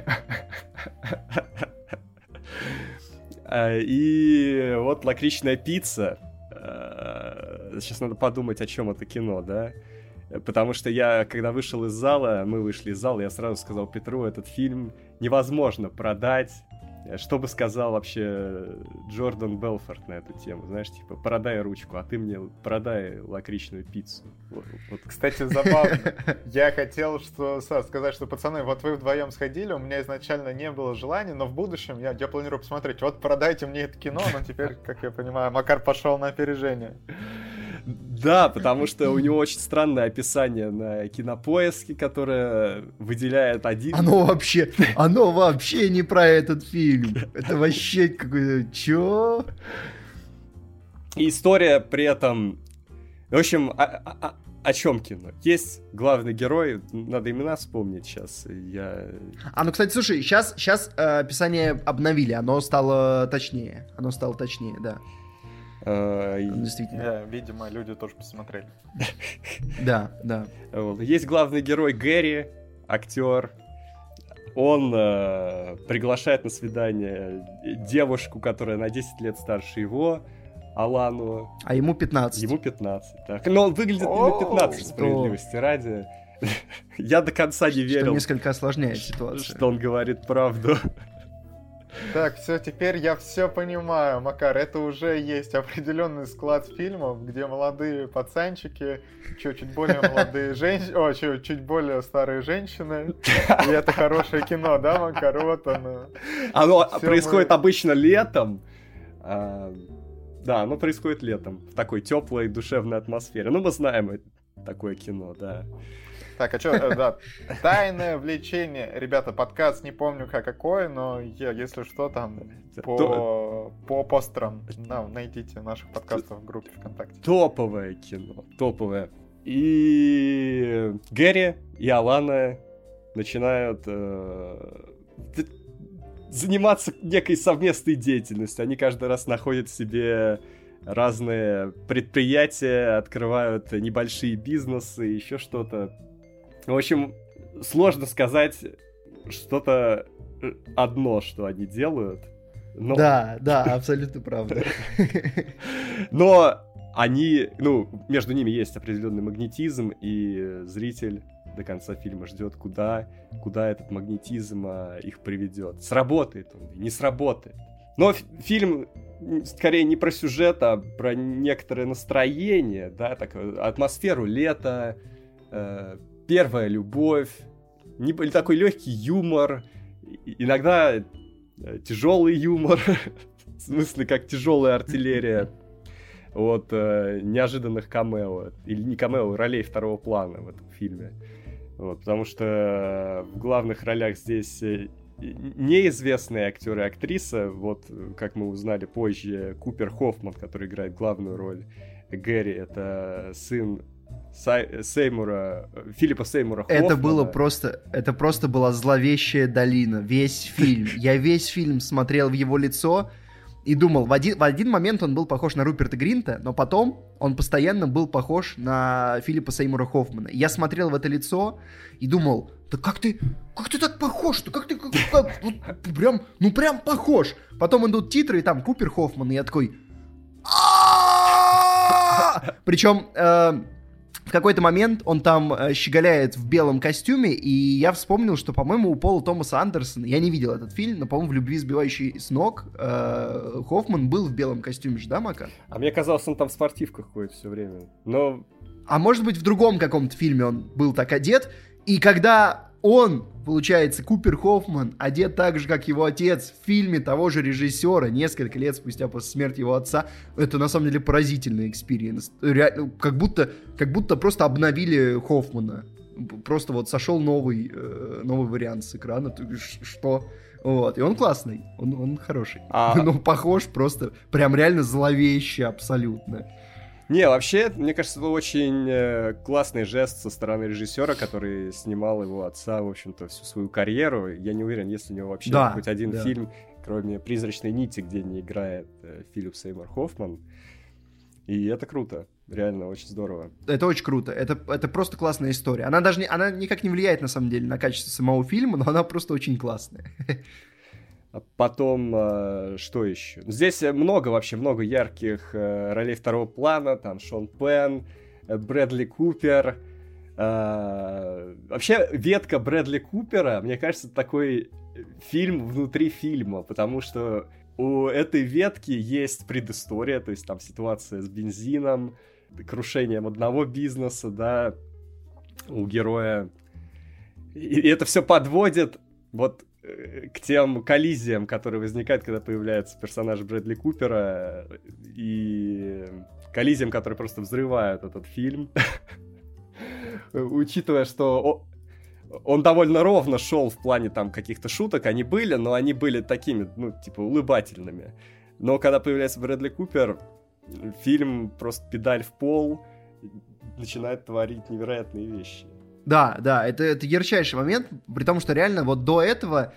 И вот «Лакричная пицца». Сейчас надо подумать, о чем это кино, да? Потому что я, когда вышел из зала, мы вышли из зала, я сразу сказал Петру, этот фильм невозможно продать. Что бы сказал вообще Джордан Белфорд на эту тему? Знаешь, типа, продай ручку, а ты мне продай лакричную пиццу. Вот. Кстати, забавно. Я хотел сказать, что, пацаны, вот вы вдвоем сходили, у меня изначально не было желания, но в будущем я планирую посмотреть. Вот продайте мне это кино, но теперь, как я понимаю, Макар пошел на опережение. Да, потому что у него очень странное описание на Кинопоиске, которое выделяет один... Оно вообще не про этот фильм. Это вообще какой-то... Чё? И история при этом... В общем, о чем кино? Есть главный герой, надо имена вспомнить сейчас. Ну, кстати, слушай, сейчас описание обновили, оно стало точнее, да. Действительно. Видимо, люди тоже посмотрели. Да. Есть главный герой Гэри, актер. Он приглашает на свидание девушку, которая на 10 лет старше его, Алану. А ему 15. Ему 15, так. Но он выглядит на 15, справедливости ради. Я до конца не верил. Что несколько осложняет ситуацию. Что он говорит правду. Так, все, теперь я все понимаю, Макар, это уже есть определенный склад фильмов, где молодые пацанчики, чуть более молодые женщины, чуть более старые женщины, и это хорошее кино, да, Макар? Вот оно. Оно происходит обычно летом, да, оно происходит летом, в такой теплой душевной атмосфере. Ну, мы знаем такое кино, да. Так, а что, да, «Тайное влечение». Ребята, подкаст не помню какой, но если что, там по постерам, найдите наших подкастов в группе ВКонтакте. Топовое кино, топовое. И Гэри и Алана начинают заниматься некой совместной деятельностью. Они каждый раз находят себе разные предприятия, открывают небольшие бизнесы, еще что-то. В общем, сложно сказать что-то одно, что они делают. Но... Да, абсолютно правда. Но они, между ними есть определенный магнетизм, и зритель до конца фильма ждет, куда этот магнетизм их приведет. Сработает он, не сработает. Но фильм скорее не про сюжет, а про некоторое настроение, да, такую атмосферу лета, первая любовь, такой легкий юмор, иногда тяжелый юмор, в смысле, как тяжелая артиллерия от неожиданных камео, или не камео, ролей второго плана в этом фильме. Вот, потому что в главных ролях здесь неизвестные актеры и актриса, вот, как мы узнали позже, Купер Хоффман, который играет главную роль Гэри, это сын Филиппа Сеймура Хоффмана. Это просто была зловещая долина, весь фильм. Я весь фильм смотрел в его лицо, и думал, в один момент он был похож на Руперта Гринта, но потом он постоянно был похож на Филиппа Сеймура Хоффмана. Я смотрел в это лицо и думал, да как ты так похож? Прям похож. Потом идут титры, и там Купер Хоффман, и я такой... Причем в какой-то момент он там щеголяет в белом костюме, и я вспомнил, что, по-моему, у Пола Томаса Андерсона, я не видел этот фильм, но, по-моему, в «Любви, сбивающей с ног» Хоффман был в белом костюме же, да, Мака? А мне казалось, он там в спортивках ходит все время. Но... А может быть, в другом каком-то фильме он был так одет, и когда он, получается, Купер Хоффман, одет так же, как его отец в фильме того же режиссера несколько лет спустя после смерти его отца, это на самом деле поразительный экспириенс. Как будто просто обновили Хоффмана. Просто вот сошел новый вариант с экрана. Что? Вот. И он классный, он хороший. Но похож просто, прям реально зловеще абсолютно. Не, вообще, мне кажется, это очень классный жест со стороны режиссера, который снимал его отца, в общем-то, всю свою карьеру. Я не уверен, есть ли у него вообще хоть один фильм, кроме «Призрачной нити», где не играет Филипп Сеймур Хоффман. И это круто. Реально, очень здорово. Это очень круто. Это просто классная история. Она никак не влияет, на самом деле, на качество самого фильма, но она просто очень классная. Потом, что еще? Здесь много ярких ролей второго плана. Там Шон Пенн, Брэдли Купер. Вообще, ветка Брэдли Купера, мне кажется, такой фильм внутри фильма, потому что у этой ветки есть предыстория, то есть там ситуация с бензином, крушением одного бизнеса, да, у героя. И это все подводит вот к тем коллизиям, которые возникают, когда появляется персонаж Брэдли Купера, и коллизиям, которые просто взрывают этот фильм. Учитывая, что он довольно ровно шел в плане там каких-то шуток, они были, но они были такими, улыбательными. Но когда появляется Брэдли Купер, фильм просто педаль в пол, начинает творить невероятные вещи. Да, это ярчайший момент, при том, что реально вот до этого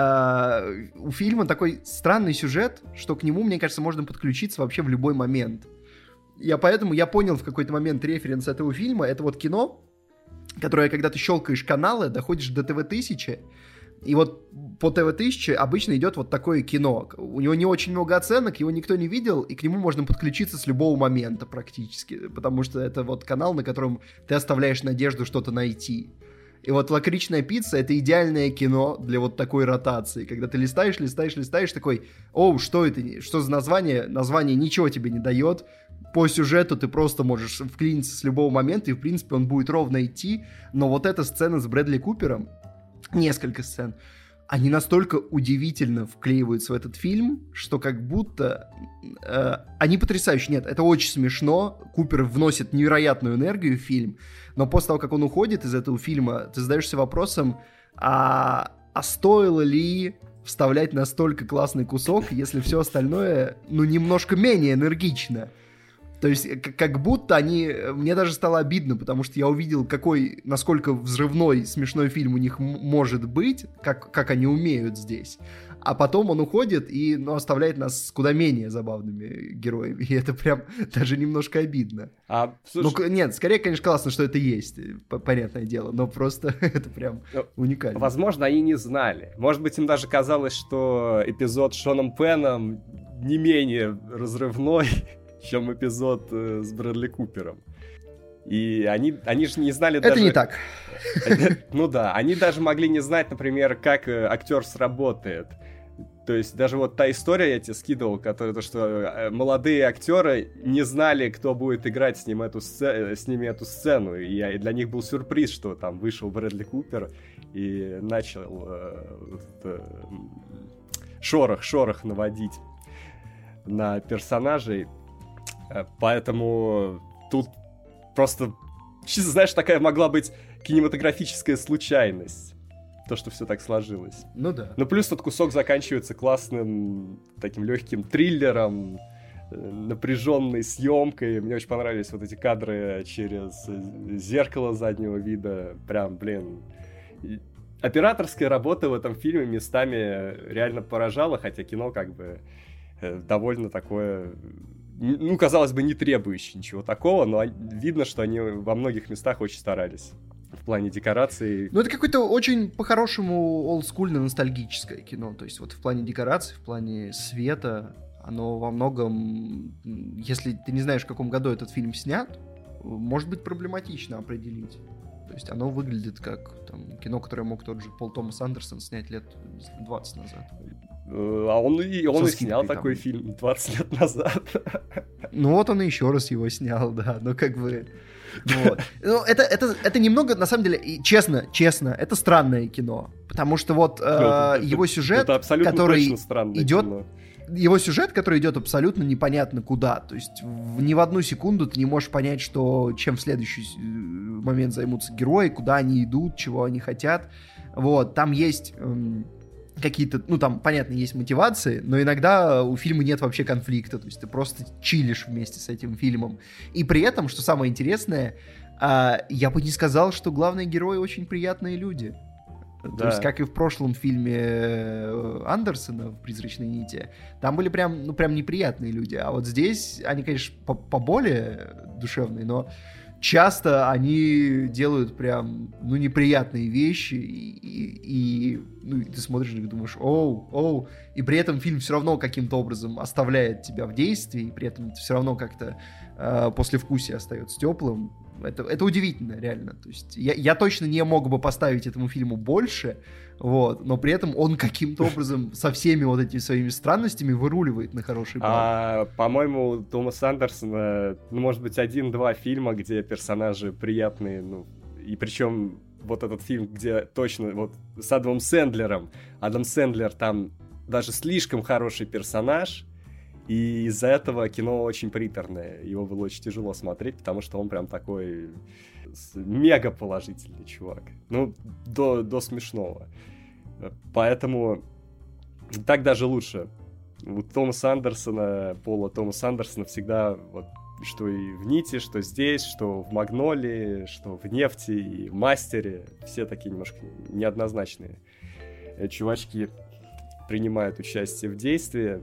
у фильма такой странный сюжет, что к нему, мне кажется, можно подключиться вообще в любой момент. Поэтому я понял в какой-то момент референс этого фильма. Это вот кино, которое, когда ты щелкаешь каналы, доходишь до ТВ-1000, и вот по ТВ-1000 обычно идет вот такое кино. У него не очень много оценок, его никто не видел, и к нему можно подключиться с любого момента практически, потому что это вот канал, на котором ты оставляешь надежду что-то найти. И вот «Лакричная пицца» — это идеальное кино для вот такой ротации, когда ты листаешь, такой, что это, что за название? Название ничего тебе не дает. По сюжету ты просто можешь вклиниться с любого момента, и, в принципе, он будет ровно идти. Но вот эта сцена с Брэдли Купером, несколько сцен, они настолько удивительно вклеиваются в этот фильм, что как будто... они потрясающие. Нет, это очень смешно. Купер вносит невероятную энергию в фильм, но после того, как он уходит из этого фильма, ты задаешься вопросом, а стоило ли вставлять настолько классный кусок, если все остальное, немножко менее энергично? То есть, как будто мне даже стало обидно, потому что я увидел, насколько взрывной, смешной фильм у них может быть, как они умеют здесь. А потом он уходит и оставляет нас с куда менее забавными героями. И это прям даже немножко обидно. Нет, скорее, конечно, классно, что это есть, понятное дело, но просто это прям уникально. Возможно, они не знали. Может быть, им даже казалось, что эпизод с Шоном Пенном не менее разрывной, чем эпизод с Брэдли Купером. И они же не знали даже... Это не так. Ну да, они даже могли не знать, например, как актер сработает. То есть даже вот та история, я тебе скидывал, что молодые актеры не знали, кто будет играть с ними эту сцену. И для них был сюрприз, что там вышел Брэдли Купер и начал шорох наводить на персонажей. Поэтому тут просто, чисто, знаешь, такая могла быть кинематографическая случайность. То, что все так сложилось. Ну да. Ну плюс тот кусок заканчивается классным таким легким триллером, напряженной съемкой. Мне очень понравились вот эти кадры через зеркало заднего вида. Прям, операторская работа в этом фильме местами реально поражала, хотя кино как бы довольно такое, ну, казалось бы, не требующее ничего такого, но видно, что они во многих местах очень старались в плане декораций. Ну, это какое-то очень, по-хорошему, олдскульно-ностальгическое кино. То есть вот в плане декораций, в плане света, оно во многом, если ты не знаешь, в каком году этот фильм снят, может быть проблематично определить. То есть оно выглядит как там, кино, которое мог тот же Пол Томас Андерсон снять лет 20 назад. А он и снял такой фильм 20 лет назад. Ну вот он еще раз его снял, да. Ну как бы... Вот. Ну, это немного, на самом деле, честно, это странное кино. Потому что вот его сюжет, который идет... Его сюжет, который идет абсолютно непонятно куда. То есть ни в одну секунду ты не можешь понять, чем в следующий момент займутся герои, куда они идут, чего они хотят. Вот, там есть какие-то, ну там, понятно, есть мотивации, но иногда у фильма нет вообще конфликта. То есть ты просто чилишь вместе с этим фильмом. И при этом, что самое интересное, я бы не сказал, что главные герои очень приятные люди. Да. То есть, как и в прошлом фильме Андерсона в «Призрачной нити», там были прям неприятные люди. А вот здесь они, конечно, поболее душевные, но часто они делают прям, неприятные вещи, и ты смотришь и думаешь, оу, и при этом фильм все равно каким-то образом оставляет тебя в действии, и при этом все равно как-то послевкусие остается теплым. Это удивительно, реально. То есть я точно не мог бы поставить этому фильму больше, вот, но при этом он каким-то образом со всеми вот этими своими странностями выруливает на хороший балл. По-моему, у Томаса Андерсона, может быть, 1-2 фильма, где персонажи приятные, и причем вот этот фильм, где точно вот с Адамом Сэндлером. Адам Сэндлер там даже слишком хороший персонаж, и из-за этого кино очень приторное. Его было очень тяжело смотреть, потому что он прям такой мега положительный чувак. До смешного. Поэтому так даже лучше. У Томаса Андерсона, Пола Томаса Андерсона всегда вот что и в «Нити», что здесь, что в «Магнолии», что в «Нефти» и в «Мастере». Все такие немножко неоднозначные чувачки принимают участие в действии.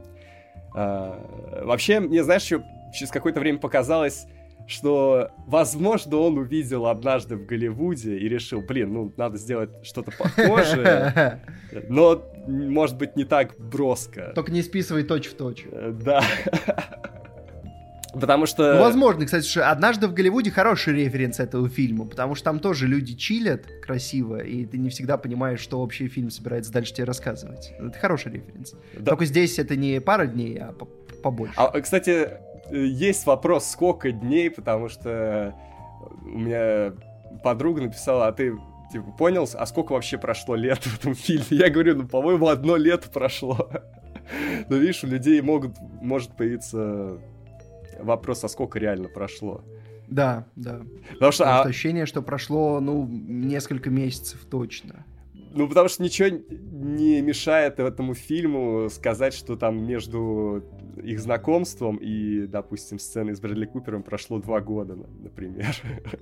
Вообще, мне, знаешь, еще через какое-то время показалось, что, возможно, он увидел однажды в Голливуде и решил, надо сделать что-то похожее, но, может быть, не так броско. Только не списывай точь-в-точь. Да. Потому что... возможно, кстати, что «Однажды в Голливуде» хороший референс этого фильма, потому что там тоже люди чилят красиво, и ты не всегда понимаешь, что вообще фильм собирается дальше тебе рассказывать. Это хороший референс. Да. Только здесь это не пара дней, а побольше. Кстати, есть вопрос, сколько дней, потому что у меня подруга написала, а ты понял, а сколько вообще прошло лет в этом фильме? Я говорю, по-моему, 1 лето прошло. Но видишь, у людей может появиться... вопрос, а сколько реально прошло. Да. Потому что ощущение, что прошло, несколько месяцев точно. Потому что ничего не мешает этому фильму сказать, что там между их знакомством и, допустим, сценой с Брэдли Купером прошло 2 года, например.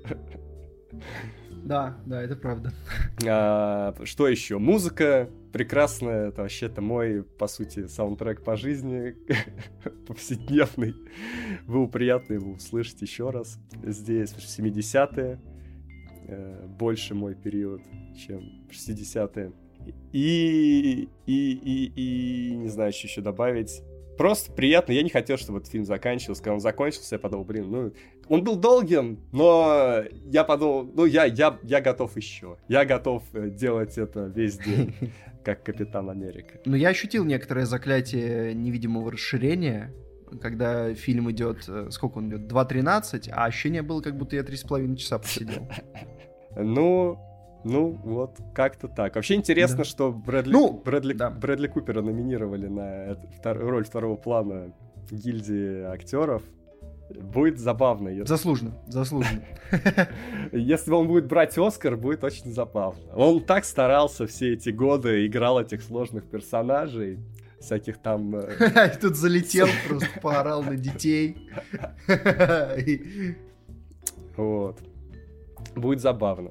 Да, это правда. Что еще? Музыка прекрасная. Это вообще-то мой, по сути, саундтрек по жизни. Повседневный. Был приятно его услышать еще раз. Здесь, в 70-е. Больше мой период, чем 60-е. И не знаю, что еще добавить. Просто приятно. Я не хотел, чтобы этот фильм заканчивался. Когда он закончился, я подумал, он был долгим, но я подумал, я готов еще. Я готов делать это весь день, как Капитан Америка. Я ощутил некоторое заклятие невидимого расширения, когда фильм идет, сколько он идет, 2:13, а ощущение было, как будто я 3,5 часа посидел. Вот, как-то так. Вообще интересно, что Брэдли Купера номинировали на роль второго плана гильдии актеров. Будет забавно. Заслуженно. Если он будет брать Оскар, будет очень забавно. Он так старался все эти годы, играл этих сложных персонажей, всяких там... Тут залетел, просто поорал на детей. Вот. Будет забавно.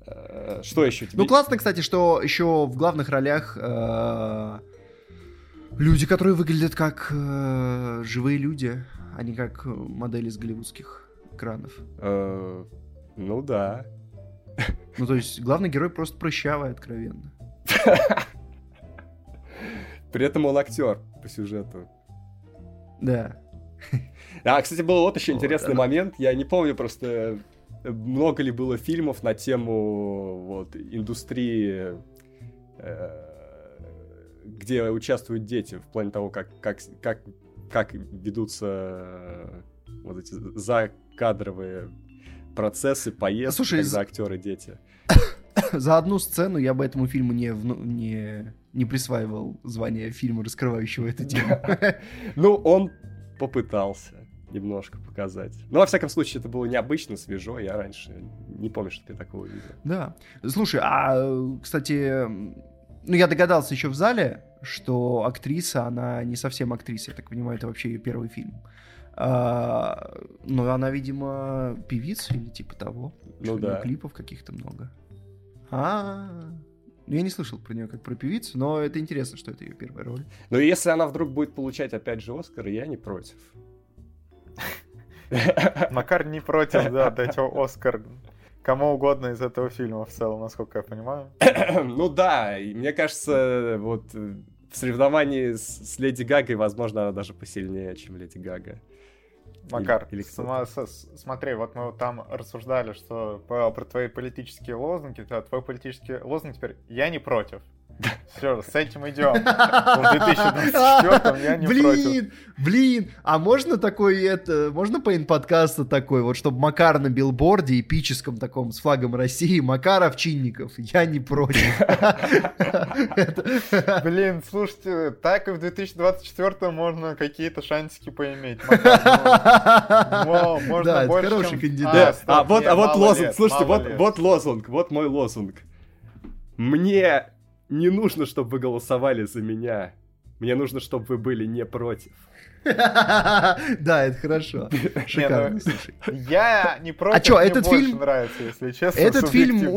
Что еще тебе? Классно, кстати, что еще в главных ролях Люди, которые выглядят как живые люди, а не как модели с голливудских экранов. Ну да. Ну, то есть, главный герой просто прыщавый, откровенно. При этом он актер по сюжету. Да. А, кстати, был вот еще интересный момент. Я не помню просто, много ли было фильмов на тему вот индустрии, где участвуют дети, в плане того, как ведутся вот эти закадровые процессы, поездки, Слушай, когда актеры дети. За одну сцену я бы этому фильму не присваивал звание фильма, раскрывающего эту тему. Ну, он попытался немножко показать. Но, во всяком случае, это было необычно, свежо. Я раньше не помню, что я такого видел. Да. Слушай, кстати, ну, я догадался еще в зале, что актриса, она не совсем актриса. Я так понимаю, это вообще ее первый фильм. Но она, видимо, певица или типа того. Ну да. Клипов каких-то много. Я не слышал про нее как про певицу, но это интересно, что это ее первая роль. Но если она вдруг будет получать опять же Оскар, я не против. Макар не против, да, дать Оскар кому угодно из этого фильма в целом, насколько я понимаю. Ну да, и мне кажется, вот в соревновании с Леди Гагой, возможно, она даже посильнее, чем Леди Гага. Макар, смотри, вот мы там рассуждали, что про твои политические лозунги, твой политический лозунг теперь «я не против». Все, с этим идем. В 2024 я не против. Блин, а можно такой, можно по инподкасту такой, вот чтобы Макар на билборде эпическом таком с флагом России, Макар Овчинников, я не против. Блин, слушайте, так и в 2024 можно какие-то шансики поиметь. Да, это хороший кандидат. А вот лозунг, слушайте, вот лозунг, вот мой лозунг. Мне не нужно, чтобы вы голосовали за меня. Мне нужно, чтобы вы были не против. Да, это хорошо. Шикарно, слушай. Я не против, а чё, мне этот больше фильм нравится, если честно. Этот фильм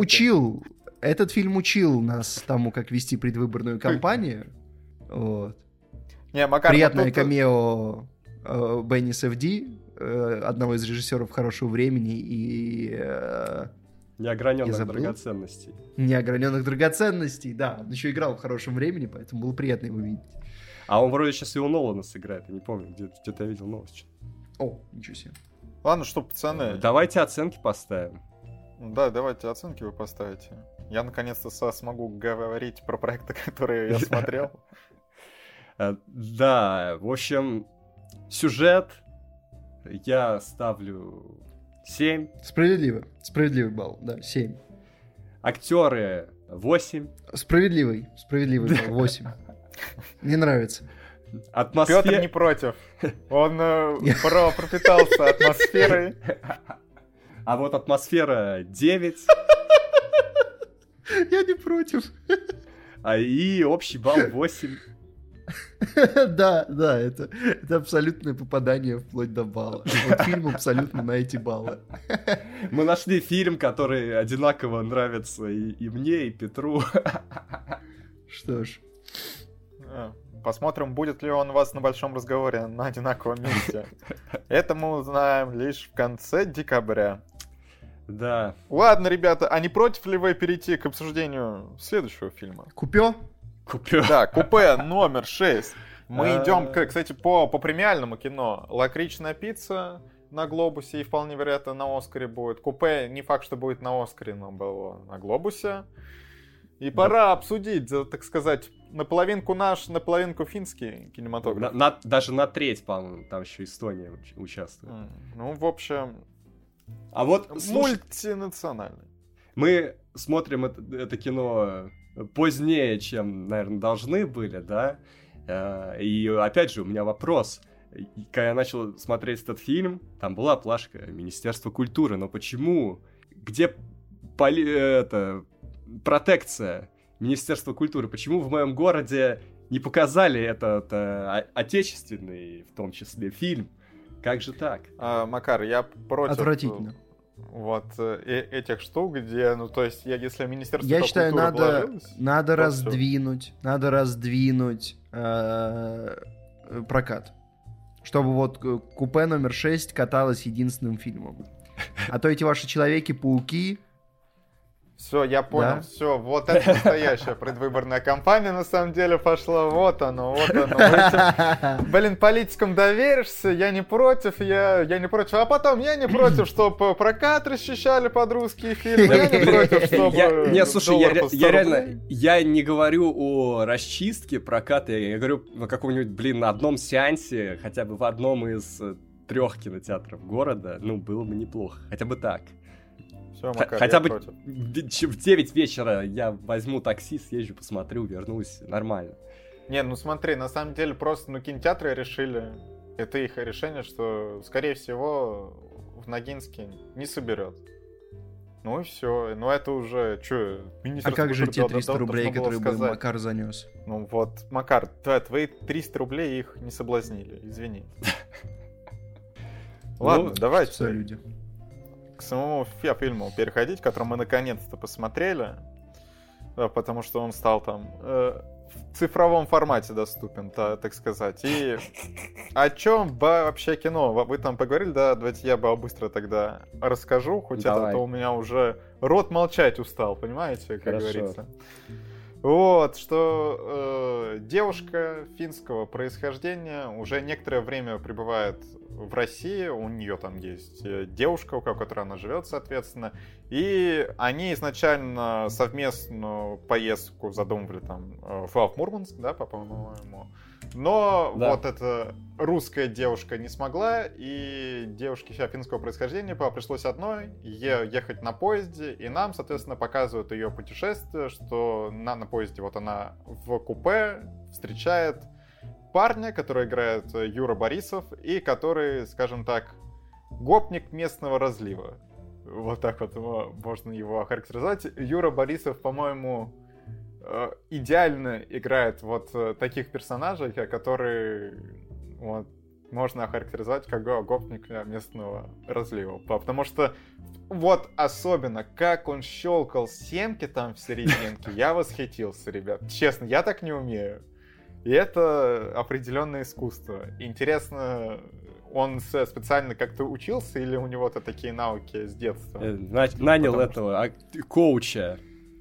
учил нас тому, как вести предвыборную кампанию. Вот. Не, Макар, приятное камео Бенни Сефди, одного из режиссеров «Хорошего времени» и... Неограненных драгоценностей. Неограненных драгоценностей, да. Он еще играл в «Хорошем времени», поэтому было приятно его видеть. А он вроде сейчас и у Нолана сыграет, я не помню, где-то я видел новость. О, ничего себе. Ладно, что, пацаны... Давайте оценки поставим. Да, давайте оценки вы поставите. Я наконец-то смогу говорить про проекты, которые я смотрел. Да, в общем, сюжет я ставлю 7. Справедливый балл, да, 7. Актеры 8. Справедливый балл, 8. Мне нравится. Петр не против. Он пропитался атмосферой. А вот атмосфера 9. Я не против. И общий балл 8. Да, это абсолютное попадание вплоть до балла. Вот фильм абсолютно на эти баллы. Мы нашли фильм, который одинаково нравится и мне, и Петру. Что ж. Посмотрим, будет ли он у вас на большом разговоре на одинаковом месте. Это мы узнаем лишь в конце декабря. Да. Ладно, ребята, а не против ли вы перейти к обсуждению следующего фильма? Купе? Да, купе номер 6. Мы идем, кстати, по премиальному кино. «Лакричная пицца» на «Глобусе» и вполне вероятно на «Оскаре» будет. «Купе» не факт, что будет на «Оскаре», но было на «Глобусе». И пора обсудить, так сказать, наполовинку наш, наполовинку финский кинематограф. Даже на треть, по-моему, там еще Эстония участвует. Ну, в общем, а вот мультинациональный. Мы смотрим это кино позднее, чем, наверное, должны были, да? И опять же, у меня вопрос. Когда я начал смотреть этот фильм, там была плашка Министерства культуры, но почему? Где протекция Министерства культуры? Почему в моем городе не показали этот отечественный, в том числе, фильм? Как же так? Макар, я против... Отвратительно. вот этих штук, где, ну, то есть, если Министерство Я считаю, культуры надо то раздвинуть прокат. Чтобы вот купе номер 6 каталось единственным фильмом. А то эти ваши Человеки-пауки... Все, я понял, Да? все, вот это настоящая предвыборная кампания на самом деле пошла, вот оно. Вы этим, блин, политикам доверишься, я не против, я не против, а потом я не против, чтобы прокат расчищали под русские фильмы, я не против, чтобы... Не, слушай, я реально, я не говорю о расчистке проката, я говорю о каком-нибудь, блин, на одном сеансе, хотя бы в одном из 3 кинотеатров города, ну, было бы неплохо, хотя бы так. Все, Макар, хотя бы в 9 вечера я возьму такси, съезжу, посмотрю, вернусь, нормально. Не, ну смотри, на самом деле просто, ну, кинотеатры решили, это их решение, что, скорее всего, в Ногинске не соберет. Ну и все, ну это уже, что, А как же те 300 рублей, которые бы Макар занес? Ну вот, Макар, твои 300 рублей их не соблазнили, извини. Ладно, давайте люди. К самому фильму переходить, который мы наконец-то посмотрели, потому что он стал там в цифровом формате доступен, так сказать. И о чем вообще кино? Вы там поговорили, да? Давайте я быстро тогда расскажу, хоть это у меня уже рот молчать устал, понимаете, как говорится. Вот, что девушка финского происхождения уже некоторое время пребывает в России, у нее там есть девушка, у которой она живет, соответственно, и они изначально совместную поездку задумывали там в Мурманск, да, по-моему, но да. Вот эта русская девушка не смогла, и девушке финского происхождения пришлось одной ехать на поезде, и нам, соответственно, показывают ее путешествие, что на поезде вот она в купе встречает парня, который играет Юра Борисов, и который, скажем так, гопник местного разлива. Вот так вот можно его охарактеризовать. Юра Борисов, по-моему, идеально играет вот таких персонажей, которые вот, можно охарактеризовать как гопник местного разлива. Потому что вот особенно, как он щелкал семки там в серединке, я восхитился, ребят. Честно, я так не умею. И это определенное искусство. Интересно, он специально как-то учился или у него-то такие навыки с детства? Нанял этого коуча.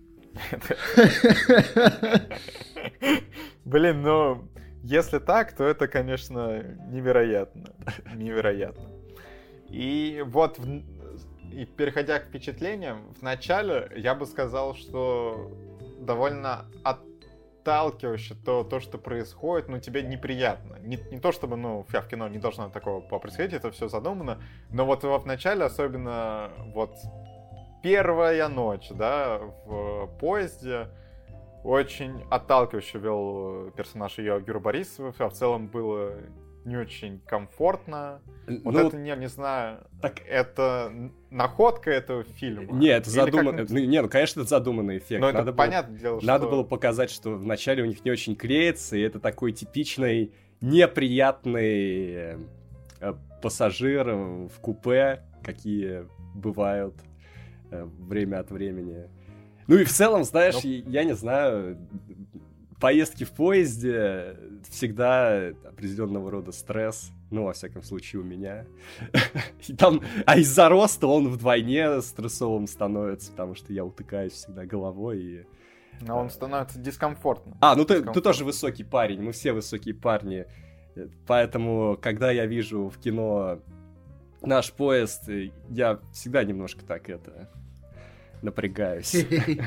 Блин, ну, если так, то это, конечно, невероятно. Невероятно. И вот, и переходя к впечатлениям, вначале я бы сказал, что довольно отталкивающе то, что происходит, ну, тебе неприятно. Не то, чтобы, ну, в кино не должно такого происходить, это все задумано, но вот в начале, особенно вот первая ночь, да, в поезде, очень отталкивающе вел персонаж ее Юра Борисов, а в целом было не очень комфортно. Вот это, не знаю, так... это находка этого фильма? Нет, это задуманный... Ну, конечно, это задуманный эффект. Но это понятное дело, Надо было показать, что вначале у них не очень клеится, и это такой типичный неприятный пассажир в купе, какие бывают время от времени. Ну и в целом, знаешь, я не знаю, поездки в поезде всегда определенного рода стресс, ну, во всяком случае, у меня. И там, из-за роста он вдвойне стрессовым становится, потому что я утыкаюсь всегда головой и... Но он становится дискомфортным. Ну ты тоже высокий парень, мы все высокие парни, поэтому, когда я вижу в кино наш поезд, я всегда немножко так напрягаюсь.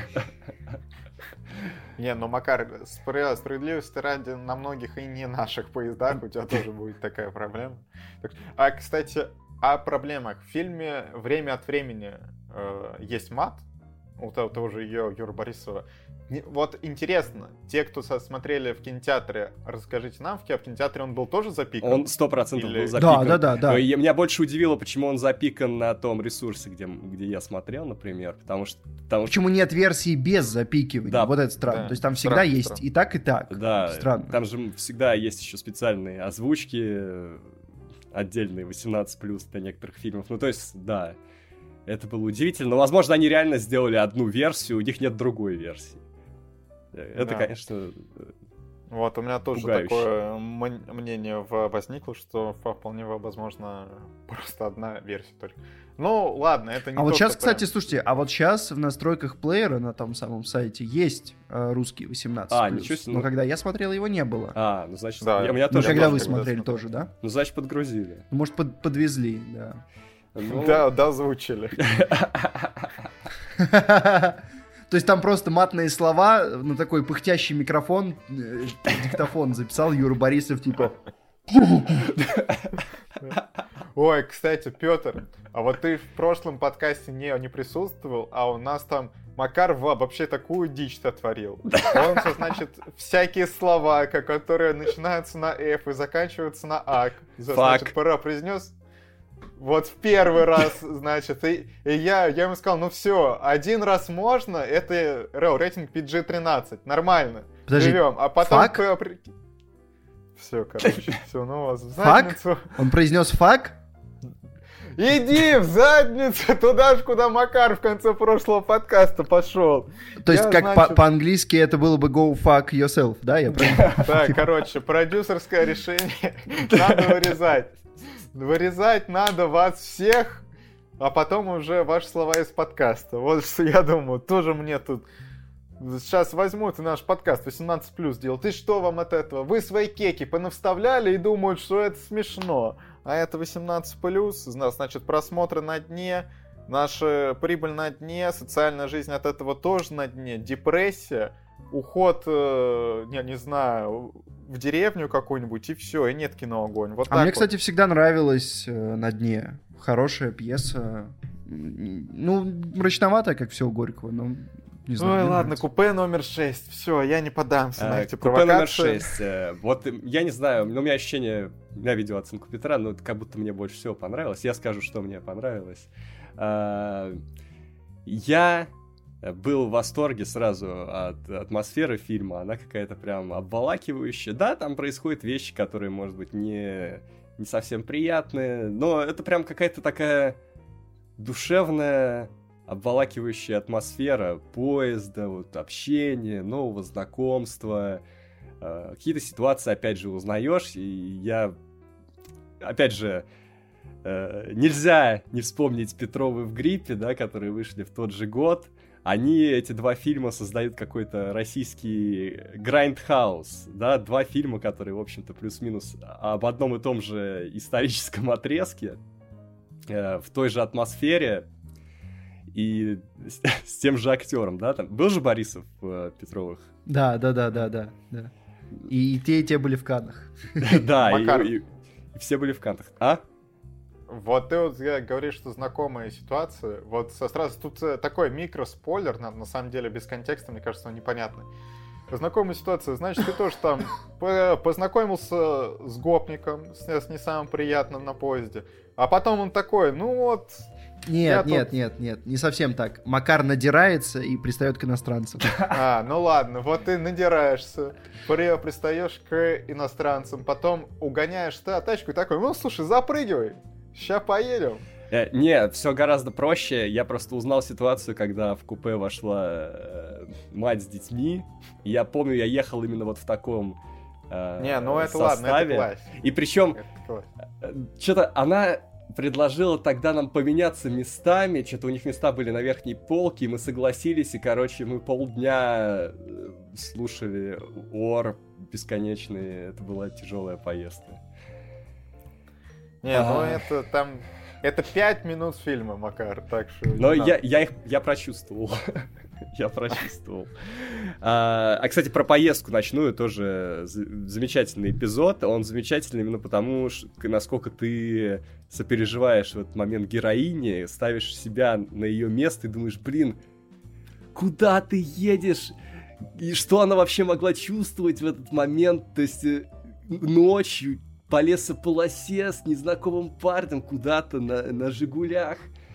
Не, ну, Макар, справедливости ради, на многих и не наших поездах у тебя тоже будет такая проблема. А, кстати, о проблемах. В фильме время от времени есть мат у того же Юры Борисова. Вот интересно, те, кто смотрели в кинотеатре, расскажите нам, в кинотеатре он был тоже запикан? Он 100% был запикан. Да. И меня больше удивило, почему он запикан на том ресурсе, где я смотрел, например, потому что... Почему нет версии без запикивания? Да. Вот это странно. Да. То есть там всегда есть и так, и так. Да, странно. Там же всегда есть еще специальные озвучки, отдельные 18+, для некоторых фильмов. Ну, то есть, да. Это было удивительно. Но, возможно, они реально сделали одну версию, у них нет другой версии. Это, Да. конечно... Вот, у меня тоже Пугающе. такое мнение возникло, что вполне возможно просто одна версия только. Ну, ладно, это не А вот то, сейчас, что кстати, прям- слушайте, а вот сейчас в настройках плеера на том самом сайте есть русский 18+. ничего себе, Но ну- когда я смотрел, его не было. Ну, значит, Да, у меня Ну, тоже... когда вы тоже, когда смотрели смотрел. тоже, да? Ну, значит, подгрузили. Ну, может, подвезли, да. Ну, Да, дозвучили. То есть там просто матные слова на такой пыхтящий микрофон, диктофон записал Юра Борисов, типа... Ой, кстати, Петр, а вот ты в прошлом подкасте не присутствовал, а у нас там Макар вообще такую дичь-то творил. Он, значит, всякие слова, которые начинаются на F и заканчиваются на ак. Значит, произнес вот в первый раз, значит, и я ему сказал, ну все, один раз можно, это рейтинг PG-13, нормально, Подожди, живем. А потом... фак? Все, короче, все, ну вас в Фак? задницу. Он произнес фак? Иди в задницу туда же, куда Макар в конце прошлого подкаста пошел. То есть Я, как значит- по-английски это было бы go fuck yourself, да? Я правильно? Так, короче, продюсерское решение надо вырезать. Вырезать надо вас всех, а потом уже ваши слова из подкаста. Вот что я думаю, тоже мне тут... Сейчас возьмут и наш подкаст 18+ делают. И что вам от этого? Вы свои кеки понавставляли и думают, что это смешно. А это 18+, значит, просмотры на дне, наша прибыль на дне, социальная жизнь от этого тоже на дне, депрессия, уход, не знаю, в деревню какую-нибудь, и все, и нет кино «Огонь». Вот А так мне, вот. кстати, всегда нравилось «На дне». Хорошая пьеса. Ну, мрачноватая, как все у Горького, но не знаю. Ой, мне ладно, нравится. купе номер 6, все, я не подамся на эти Купе номер провокации. 6. Вот я не знаю, но у меня ощущение, я видел оценку Петра, но это как будто мне больше всего понравилось. Я скажу, что мне понравилось. Я был в восторге сразу от атмосферы фильма. Она какая-то прям обволакивающая. Да, там происходят вещи, которые, может быть, не совсем приятные, но это прям какая-то такая душевная, обволакивающая атмосфера поезда, вот, общения, нового знакомства. Какие-то ситуации, опять же, узнаешь, и я, опять же, нельзя не вспомнить «Петровы в гриппе», да, которые вышли в тот же год. Эти два фильма создают какой-то российский грайндхаус, да, два фильма, которые, в общем-то, плюс-минус об одном и том же историческом отрезке, в той же атмосфере и с тем же актером, да, там был же Борисов в Петровых? Да. И те были в Каннах. Да, Макар. и все были в Каннах. А? Вот ты вот говоришь, что знакомая ситуация. Вот сразу тут такой микроспойлер, на самом деле без контекста, мне кажется, он непонятный. Знакомая ситуация, значит, ты тоже там познакомился с гопником, с не самым приятным на поезде, а потом он такой, ну вот... Нет, не совсем так. Макар надирается и пристает к иностранцам. Ну ладно, вот ты надираешься, пристаешь к иностранцам, потом угоняешь тачку и такой, ну слушай, запрыгивай, ща поедем. Нет, все гораздо проще. Я просто узнал ситуацию, когда в купе вошла мать с детьми. И я помню, я ехал именно вот в таком Не, ну это составе. ладно, это класс. И причем, Это класс. что-то она предложила тогда нам поменяться местами. Что-то у них места были на верхней полке, и мы согласились. И, короче, мы полдня слушали ор бесконечный. Это была тяжелая поездка. Не, ну это там... Это 5 минут фильма, Макар, так что... Но я прочувствовал. Я прочувствовал. Кстати, про поездку ночную тоже замечательный эпизод. Он замечательный именно потому, насколько ты сопереживаешь в этот момент героине, ставишь себя на ее место и думаешь, блин, куда ты едешь? И что она вообще могла чувствовать в этот момент? То есть ночью по лесополосе с незнакомым парнем куда-то на «Жигулях».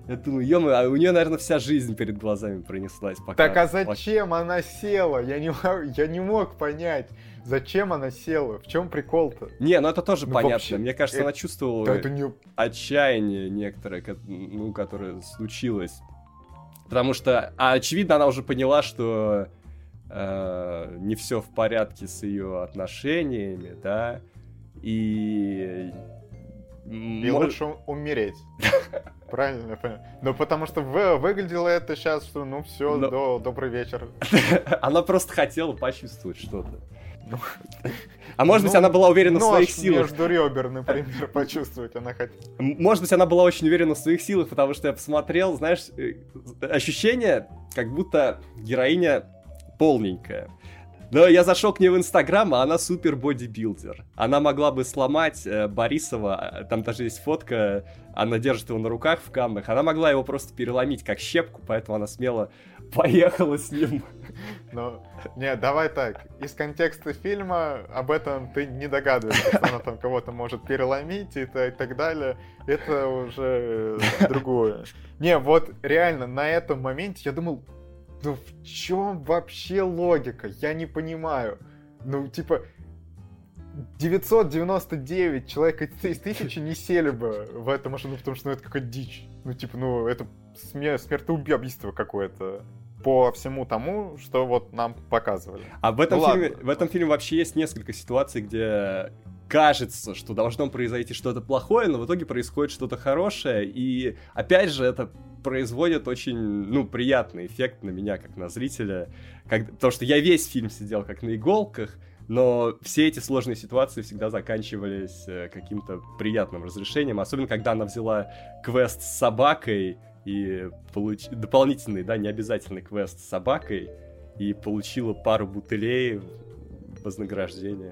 Я думаю, ё-моё, а у нее, наверное, вся жизнь перед глазами пронеслась. Так а зачем она села? Я не мог понять. Зачем она села? В чем прикол-то? Не, ну это тоже понятно. Вообще, Мне кажется, она чувствовала отчаяние некоторое, которое случилось. Потому что, очевидно, она уже поняла, что не все в порядке с ее отношениями, да, и лучше умереть. Правильно, понял. Ну, потому что выглядело это сейчас, что ну все, добрый вечер. Она просто хотела почувствовать что-то. А может быть, она была уверена в своих силах. Между ребер, например, почувствовать она хотела. Может быть, она была очень уверена в своих силах, потому что я посмотрел, знаешь, ощущение, как будто героиня полненькая. Но я зашел к ней в Инстаграм, а она супер бодибилдер. Она могла бы сломать Борисова, там даже есть фотка, она держит его на руках в камнах, она могла его просто переломить как щепку, поэтому она смело поехала с ним. Ну, не, давай так, из контекста фильма об этом ты не догадываешься, что она там кого-то может переломить и так далее, это уже другое. Не, вот реально на этом моменте я думал, ну в чем вообще логика? Я не понимаю. Ну, типа, 999 человек из 1000 не сели бы в эту машину, потому что ну, это какая-то дичь. Ну, типа, ну, это смертоубийство какое-то. По всему тому, что вот нам показывали. А в этом фильме вообще есть несколько ситуаций, где кажется, что должно произойти что-то плохое, но в итоге происходит что-то хорошее. И опять же, это производит очень, приятный эффект на меня, как на зрителя. Потому что я весь фильм сидел как на иголках, но все эти сложные ситуации всегда заканчивались каким-то приятным разрешением. Особенно, когда она взяла квест с собакой и дополнительный, да, необязательный квест с собакой и получила пару бутылей вознаграждения.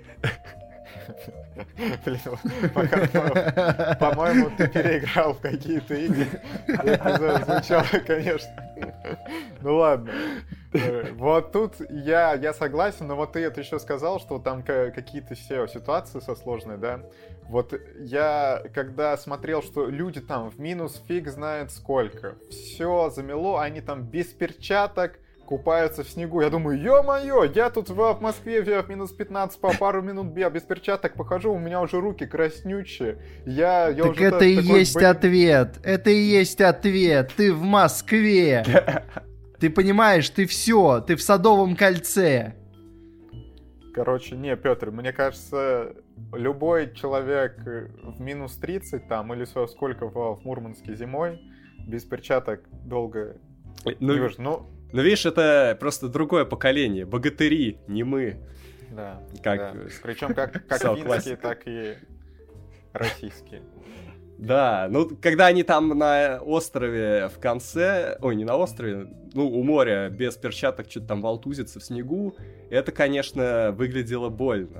Блин, по-моему, ты переиграл в какие-то игры. Это звучало, конечно. Ну ладно. Вот тут я согласен, но вот ты это еще сказал, что там какие-то все ситуации сложные, да? Вот я, когда смотрел, что люди там в минус фиг знает сколько, все замело, они там без перчаток купаются в снегу. Я думаю, ё-моё, я тут в Москве в минус 15 по пару минут без перчаток похожу, у меня уже руки краснючие. Я так уже это и есть ответ. Это и есть ответ. Ты в Москве. Ты понимаешь, ты все, ты в Садовом кольце. Короче, не, Петр, мне кажется, любой человек в минус 30 там, или сколько в Мурманске зимой, без перчаток долго не выживет. Ну, видишь, это просто другое поколение. Богатыри, не мы. Да, да. Причем как финские, так и российские. Да, когда они там на острове в конце, не на острове, у моря без перчаток что-то там волтузится в снегу, это, конечно, выглядело больно.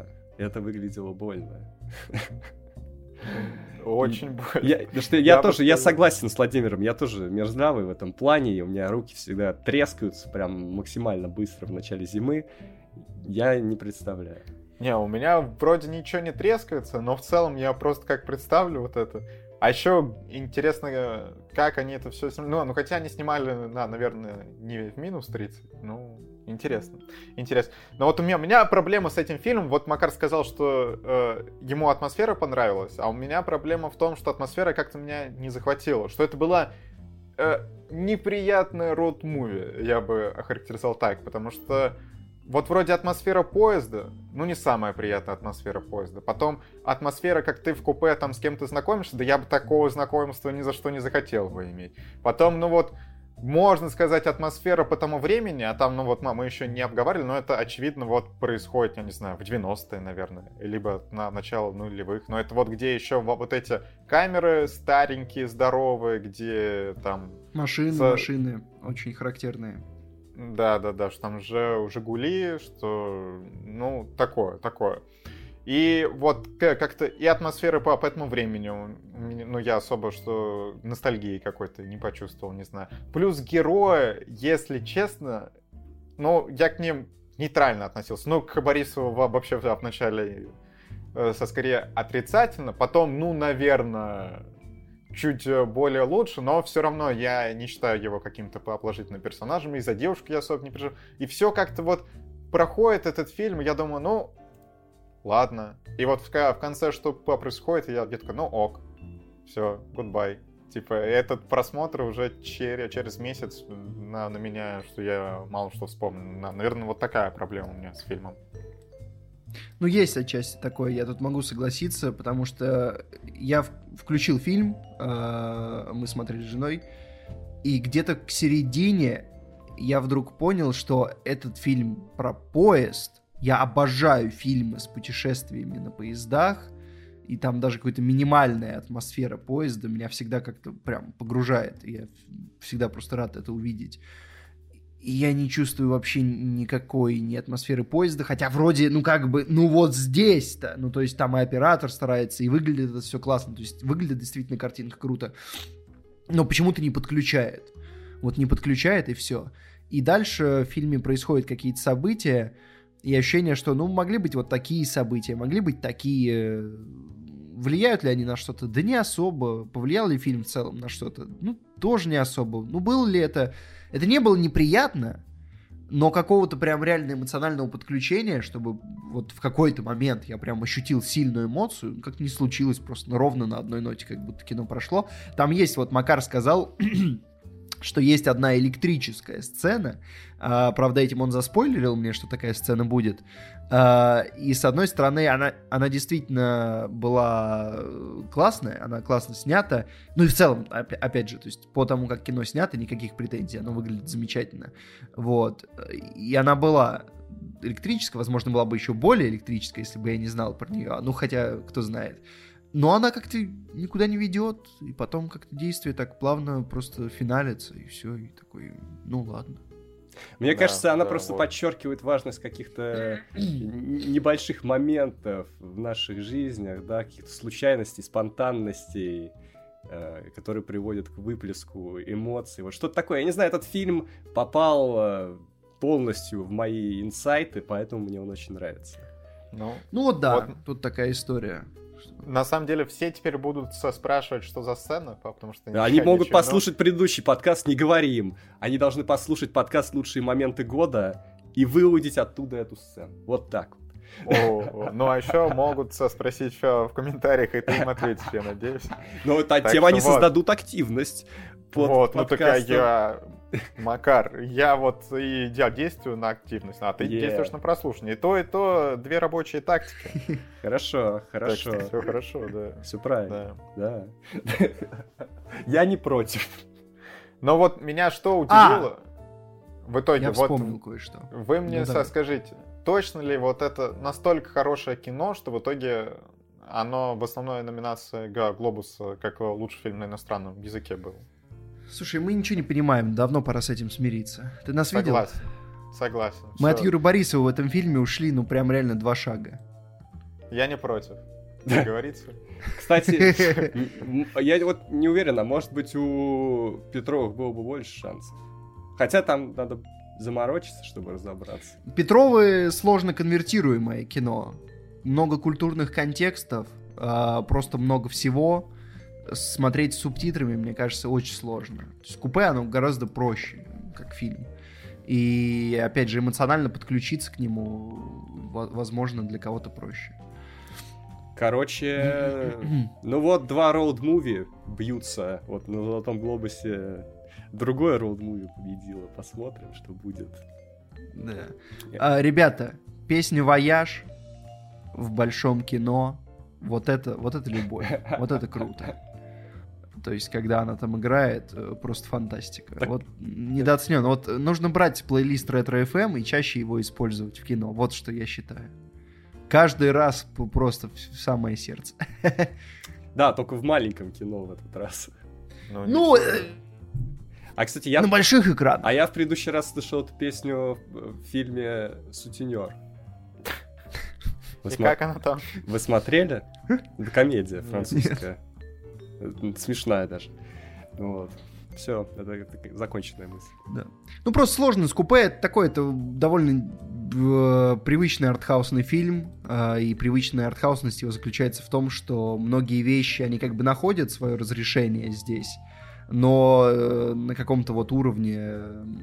Очень больно. Я согласен с Владимиром, я тоже мерзлявый в этом плане, и у меня руки всегда трескаются прям максимально быстро в начале зимы. Я не представляю. Не, у меня вроде ничего не трескается, но в целом я просто как представлю вот это. А еще интересно, как они это все снимали. Ну, хотя они снимали, наверное, не в минус 30. Интересно. Но вот у меня проблема с этим фильмом. Вот Макар сказал, что ему атмосфера понравилась, а у меня проблема в том, что атмосфера как-то меня не захватила. Что это была неприятная роуд-муви, я бы охарактеризовал так. Потому что вот вроде атмосфера поезда, не самая приятная атмосфера поезда. Потом атмосфера, как ты в купе там с кем-то знакомишься, да я бы такого знакомства ни за что не захотел бы иметь. Потом, можно сказать, атмосфера по тому времени, а там, мы еще не обговаривали, но это, очевидно, происходит, я не знаю, в 90-е, наверное, либо на начало нулевых. Но это где еще вот эти камеры старенькие, здоровые, где там... Машины очень характерные. Да, что там же «Жигули», что, такое. И вот как-то и атмосфера по этому времени, я особо что ностальгии какой-то не почувствовал, не знаю. Плюс герои, если честно, я к ним нейтрально относился. К Борисову вообще в начале скорее отрицательно, потом, наверное, чуть более лучше, но все равно я не считаю его каким-то положительным персонажем, и за девушку я особо не переживаю. И все как-то вот проходит этот фильм, и я думаю, ну, ладно. И вот в конце что происходит, я такой, ну ок, все, goodbye. Типа, этот просмотр уже через месяц на меня, что я мало что вспомнил. Наверное, вот такая проблема у меня с фильмом. Ну, есть отчасти такое, я тут могу согласиться, потому что я включил фильм, мы смотрели с женой, и где-то к середине я вдруг понял, что этот фильм про поезд, я обожаю фильмы с путешествиями на поездах, и там даже какая-то минимальная атмосфера поезда меня всегда как-то прям погружает, и я всегда просто рад это увидеть. И я не чувствую вообще никакой ни атмосферы поезда, хотя вроде, ну как бы, ну вот здесь-то, ну то есть там и оператор старается, и выглядит это все классно, то есть выглядит действительно картинка круто, но почему-то не подключает. Вот не подключает, и все. И дальше в фильме происходят какие-то события, и ощущение, что, ну, могли быть вот такие события, могли быть такие... Влияют ли они на что-то? Да не особо. Повлиял ли фильм в целом на что-то? Ну, тоже не особо. Ну, было ли это... Это не было неприятно, но какого-то прям реально эмоционального подключения, чтобы вот в какой-то момент я прям ощутил сильную эмоцию, как не случилось, просто ровно на одной ноте, как будто кино прошло. Там есть, вот Макар сказал... что есть одна электрическая сцена. Правда, этим он заспойлерил мне, что такая сцена будет. И с одной стороны, она действительно была классная, она классно снята. Ну и в целом, опять же, то есть по тому, как кино снято, никаких претензий, оно выглядит замечательно. Вот. И она была электрическая, возможно, была бы еще более электрическая, если бы я не знал про нее. Ну, хотя, кто знает. Но она как-то никуда не ведет, и потом как-то действие так плавно просто финалится, и все, и такой, ну ладно. Мне кажется, она просто подчеркивает важность каких-то небольших моментов в наших жизнях, да, каких-то случайностей, спонтанностей, которые приводят к выплеску эмоций. Вот что-то такое. Я не знаю, этот фильм попал полностью в мои инсайты, поэтому мне он очень нравится. Ну вот да, вот. Тут такая история. На самом деле все теперь будут спрашивать, что за сцена, потому что... Они могут послушать предыдущий подкаст «Не говорим». Они должны послушать подкаст «Лучшие моменты года» и выудить оттуда эту сцену. Вот так вот. Ну а еще могут спросить в комментариях, и ты им ответишь, я надеюсь. Ну, тем они создадут активность под подкастом. Ну такая Макар, я вот и действую на активность, а ты действуешь на прослушивание. И то две рабочие тактики. Хорошо. Все хорошо, да. Все правильно. Да. Я не против. Но вот меня что удивило в итоге, я вспомнил кое-что. Вы мне скажите, точно ли вот это настолько хорошее кино, что в итоге оно в основной номинации Глобуса как лучший фильм на иностранном языке был? Слушай, мы ничего не понимаем, давно пора с этим смириться. Ты нас видел? Согласен. Мы от Юры Борисова в этом фильме ушли, ну прям реально 2 шага. Я не против. Договориться. Кстати, я вот не уверен, а может быть у Петровых было бы больше шансов. Хотя там надо заморочиться, чтобы разобраться. Петровы сложно конвертируемое кино. Много культурных контекстов, просто много всего. Смотреть с субтитрами, мне кажется, очень сложно. То есть купе, оно гораздо проще, как фильм. И, опять же, эмоционально подключиться к нему, возможно, для кого-то проще. Короче, ну вот 2 роуд-муви бьются. Вот на Золотом Глобусе другое роуд-муви победило. Посмотрим, что будет. Да. Ребята, песня «Вояж» в большом кино, вот это любовь, вот это круто. То есть, когда она там играет, просто фантастика. Так... Вот недооценен. Вот нужно брать плейлист Retro FM и чаще его использовать в кино. Вот что я считаю. Каждый раз просто в самое сердце. Да, только в маленьком кино в этот раз. Кстати, на больших экранах. А я в предыдущий раз слышал эту песню в фильме «Сутенер». И как она там? Вы смотрели? Это комедия французская. Смешная даже. Вот. Все, это законченная мысль. Да. Ну, просто сложно с купе. Это довольно привычный артхаусный фильм, и привычная артхаусность его заключается в том, что многие вещи, они как бы находят свое разрешение здесь, но на каком-то вот уровне,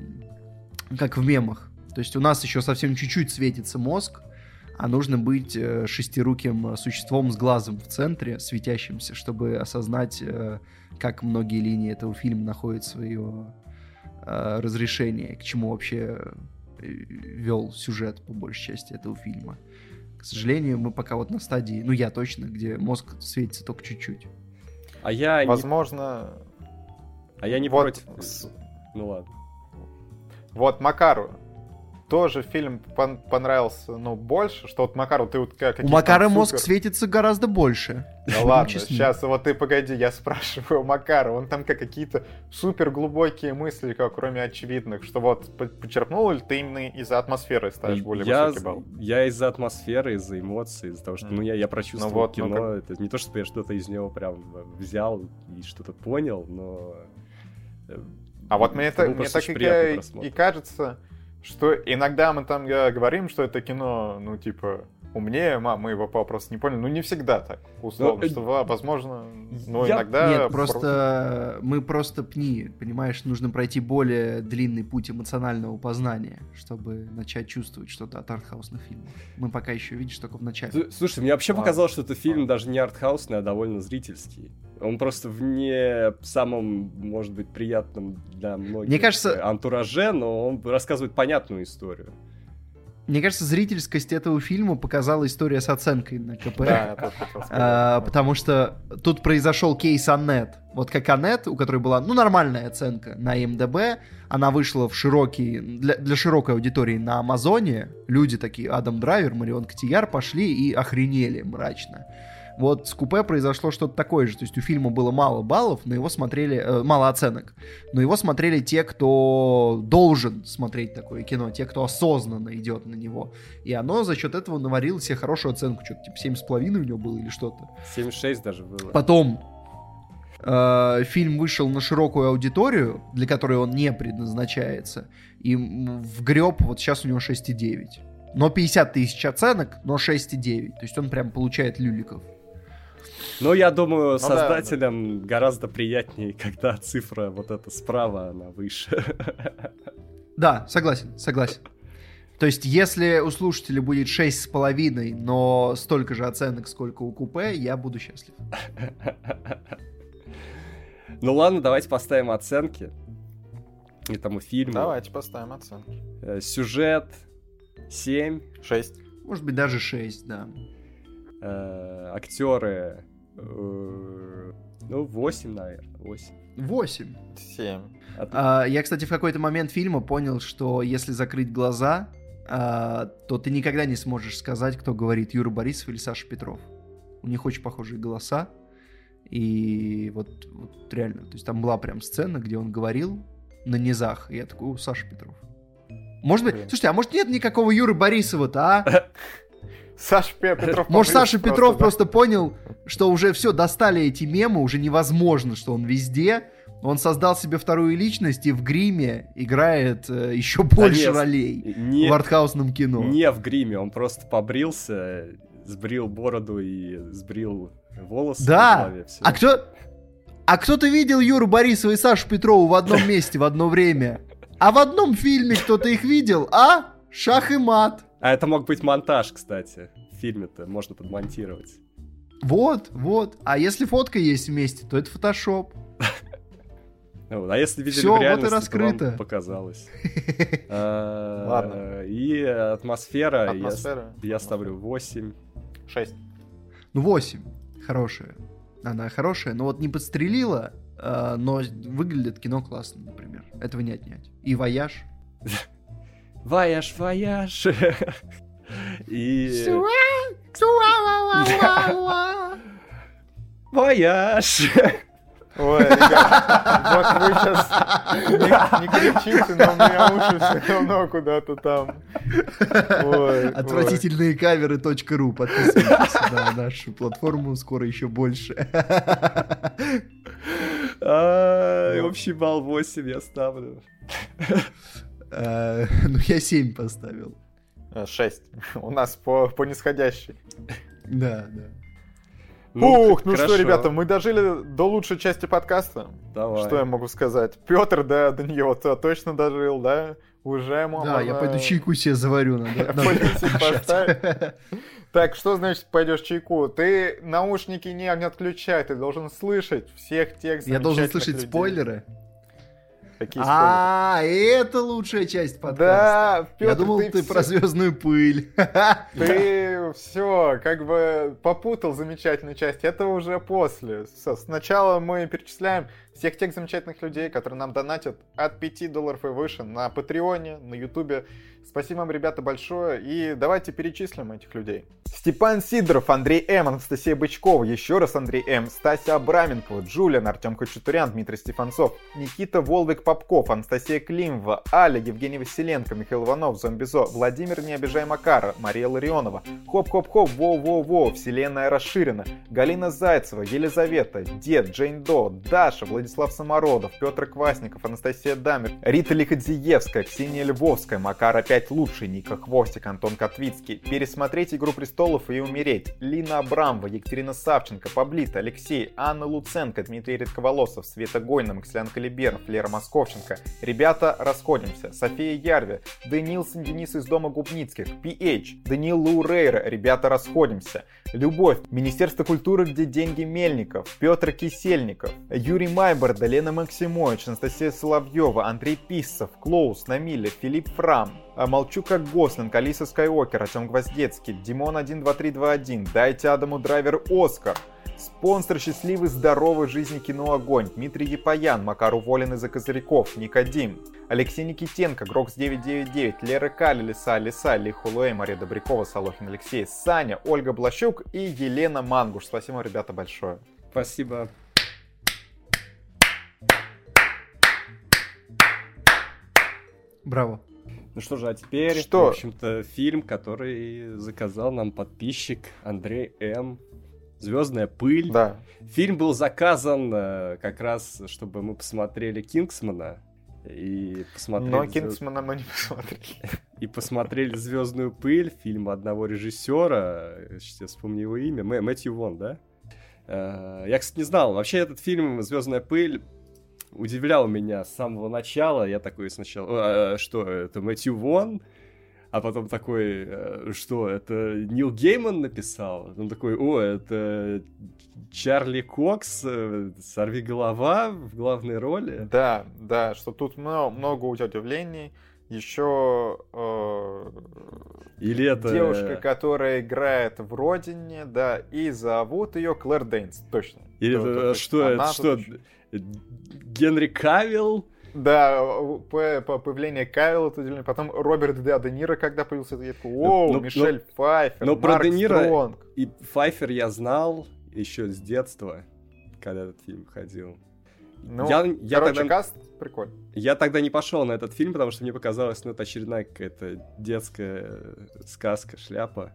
как в мемах. То есть у нас еще совсем чуть-чуть светится мозг, а нужно быть шестируким существом с глазом в центре, светящимся, чтобы осознать, как многие линии этого фильма находят свое разрешение, к чему вообще вел сюжет, по большей части, этого фильма. К сожалению, мы пока вот на стадии, ну я точно, где мозг светится только чуть-чуть. Возможно... А я не против. Ну ладно. Вот Макару тоже фильм понравился, ну, больше, что вот Макару ты вот как... У Макара мозг светится гораздо больше. Да ладно, сейчас вот ты погоди, я спрашиваю у Макара, он там как какие-то супер глубокие мысли, как кроме очевидных, что вот почерпнул ли ты именно из-за атмосферы ставишь более высокий балл? Я из-за атмосферы, из-за эмоций, из-за того, что ну, я прочувствовал кино, это не то, что я что-то из него прям взял и что-то понял, но... А вот мне так и кажется... Что иногда мы там говорим, что это кино, ну, типа, умнее, мы его просто не поняли. Ну, не всегда так, условно, что, возможно, но иногда... Нет, просто мы просто пни, понимаешь, нужно пройти более длинный путь эмоционального познания, чтобы начать чувствовать что-то от артхаусных фильмов. Мы пока еще, видишь, только в начале. Слушай, мне вообще показалось, что этот фильм даже не артхаусный, а довольно зрительский. Он просто в не самом, может быть, приятном для многих мне кажется, антураже, но он рассказывает понятную историю. Мне кажется, зрительскость этого фильма показала история с оценкой на КП. Да, я тоже хотел сказать. Потому что тут произошел кейс Аннет. Вот как Аннет, у которой была, ну, нормальная оценка на МДБ, она вышла в для широкой аудитории на Амазоне. Люди такие, Адам Драйвер, Марион Котийяр, пошли и охренели мрачно. Вот с Купе произошло что-то такое же. То есть у фильма было мало баллов, но его смотрели... мало оценок. Но его смотрели те, кто должен смотреть такое кино, те, кто осознанно идет на него. И оно за счет этого наварило себе хорошую оценку. Что-то типа 7,5 у него было или что-то. 7,6 даже было. Потом фильм вышел на широкую аудиторию, для которой он не предназначается. И вгреб, вот сейчас у него 6,9. Но 50 тысяч оценок, но 6,9. То есть он прям получает люликов. Ну, я думаю, создателям гораздо приятнее, когда цифра вот эта справа, она выше. Да, согласен. То есть, если у слушателя будет 6,5, но столько же оценок, сколько у Купе, я буду счастлив. Ну ладно, давайте поставим оценки этому фильму. Давайте поставим оценки. Сюжет 7. 6. Может быть, даже 6, да. Актеры, ну, 8, наверное, 8. 8. 7. Я, кстати, в какой-то момент фильма понял, что если закрыть глаза, то ты никогда не сможешь сказать, кто говорит, Юра Борисов или Саша Петров. У них очень похожие голоса. И вот реально, то есть там была прям сцена, где он говорил на низах, и я такой, Саша Петров. Может быть, слушайте, а может нет никакого Юры Борисова-то, а? Саша Петров. Может, Саша Петров просто понял, что уже все, достали эти мемы, уже невозможно, что он везде. Он создал себе вторую личность и в гриме играет еще больше ролей в артхаусном кино. Не в гриме, он просто побрился, сбрил бороду и сбрил волосы на голове. Да, а кто-то видел Юру Борисова и Сашу Петрову в одном месте в одно время? А в одном фильме кто-то их видел, а? Шах и мат. А это мог быть монтаж, кстати. В фильме-то можно подмонтировать. Вот. А если фотка есть вместе, то это фотошоп. А если видели всё, в реальности, вот и раскрыто. То вам показалось. Ладно. И атмосфера. Я ставлю 8. 6. Ну, 8. Хорошая. Она хорошая, но вот не подстрелила, но выглядит кино классно, например. Этого не отнять. И «Вояж». «Вояж». И... «Вояж». Ой, ребят, вот вы сейчас не кричите, но у меня уши все равно куда-то там. Отвратительные каверы.ру. Подписывайтесь на нашу платформу, скоро еще больше. Общий балл 8 я ставлю. Ну, я 7 поставил. 6. У нас по нисходящей. Да. Ну, хорошо. что, ребята, мы дожили до лучшей части подкаста. Давай. Что я могу сказать? Петр, да, до нее-то точно дожил, да? Уже можно... Да, я пойду чайку себе заварю. Надо Полетик поставить. Так, что значит пойдешь чайку? Ты наушники не отключай, ты должен слышать всех тех Я должен замечательных слышать людей. спойлеры? Какие спойлеры? Это лучшая часть подкаста. Да, Петр, Я думал, ты про звездную пыль. Ты все, как бы попутал замечательную часть. Это уже после. Всё, сначала мы перечисляем всех тех замечательных людей, которые нам донатят от $5 и выше на Патреоне, на Ютубе. Спасибо вам, ребята, большое. И давайте перечислим этих людей. Степан Сидоров, Андрей М, Анастасия Бычкова, еще раз Андрей М, Стася Абраменкова, Джулиан, Артем Хачатурян, Дмитрий Стефанцов, Никита Волвик-Попков, Анастасия Климова, Аля, Евгений Василенко, Михаил Иванов, Зомбизо, Владимир Не обижай Макара, Мария Ларионова, Хоп-хоп-хоп, воу-воу-воу, Вселенная расширена, Галина Зайцева, Елизавета, Дед, Джейн До, Даша, Владислав Самородов, Петр Квасников, Анастасия Дамер, Рита Лиходзиевская, Ксения Львовская, Макар опять лучший, Ника Хвостик, Антон Котвицкий, пересмотреть «Игру престолов» и умереть, Лина Абрамова, Екатерина Савченко, Паблита, Алексей, Анна Луценко, Дмитрий Редковолосов, Света Гойна, Максилян Калиберов, Лера Московченко, Ребята, расходимся, София Ярви, Денилсон Денис из дома Губницких, PH, Даниил Лаурейра, Ребята, расходимся, Любовь, Министерство культуры, где деньги Мельников, Петр Кисельников, Юрий Майборда, Лена Максимович, Анастасия Соловьева, Андрей Писсов, Клоус, Намиля, Филипп Фрам, Молчу как Гослинг, Алиса Скайуокер, Артем Гвоздецкий, Димон 12321, Дайте Адаму Драйвер Оскар, спонсор счастливой здоровой жизни кино Огонь, Дмитрий Епаян, Макар Уволен из-за козырьков, Никодим, Алексей Никитенко, Грокс 999, Лера Кали, Лиса, Лихулуэй, Мария Добрякова, Солохин Алексей, Саня, Ольга Блащук и Елена Мангуш. Спасибо, ребята, большое. Спасибо. Браво. Ну что же, а теперь, Что? в общем-то, фильм, который заказал нам подписчик Андрей М. «Звездная пыль». Да. Фильм был заказан как раз, чтобы мы посмотрели «Кингсмана». И посмотрели... Но Кингсмана мы не посмотрели. И посмотрели «Звездную пыль», фильм одного режиссера, сейчас я вспомню его имя, Мэтью Вон, да? Я, кстати, не знал. Вообще этот фильм «Звездная пыль» удивлял меня с самого начала. Я такой сначала, что это Мэтью Вон? А потом такой, что это Нил Гейман написал? Он такой, это Чарли Кокс, сорвиголова в главной роли. Да, что тут много удивлений. Еще Или это... девушка, которая играет в «Родине», да, и зовут ее Клэр Дейнс, точно. Или это, что, Генри Кавилл? Да, по появлению Кавилла, потом Роберт Де Ниро, когда появился, я такой, Мишель Пфайффер, но про Марк Де Ниро Стронг. И Пфайффер я знал еще с детства, когда этот фильм ходил. Ну, я короче, тогда... каст прикольный. Я тогда не пошел на этот фильм, потому что мне показалось, это очередная какая-то детская сказка, шляпа.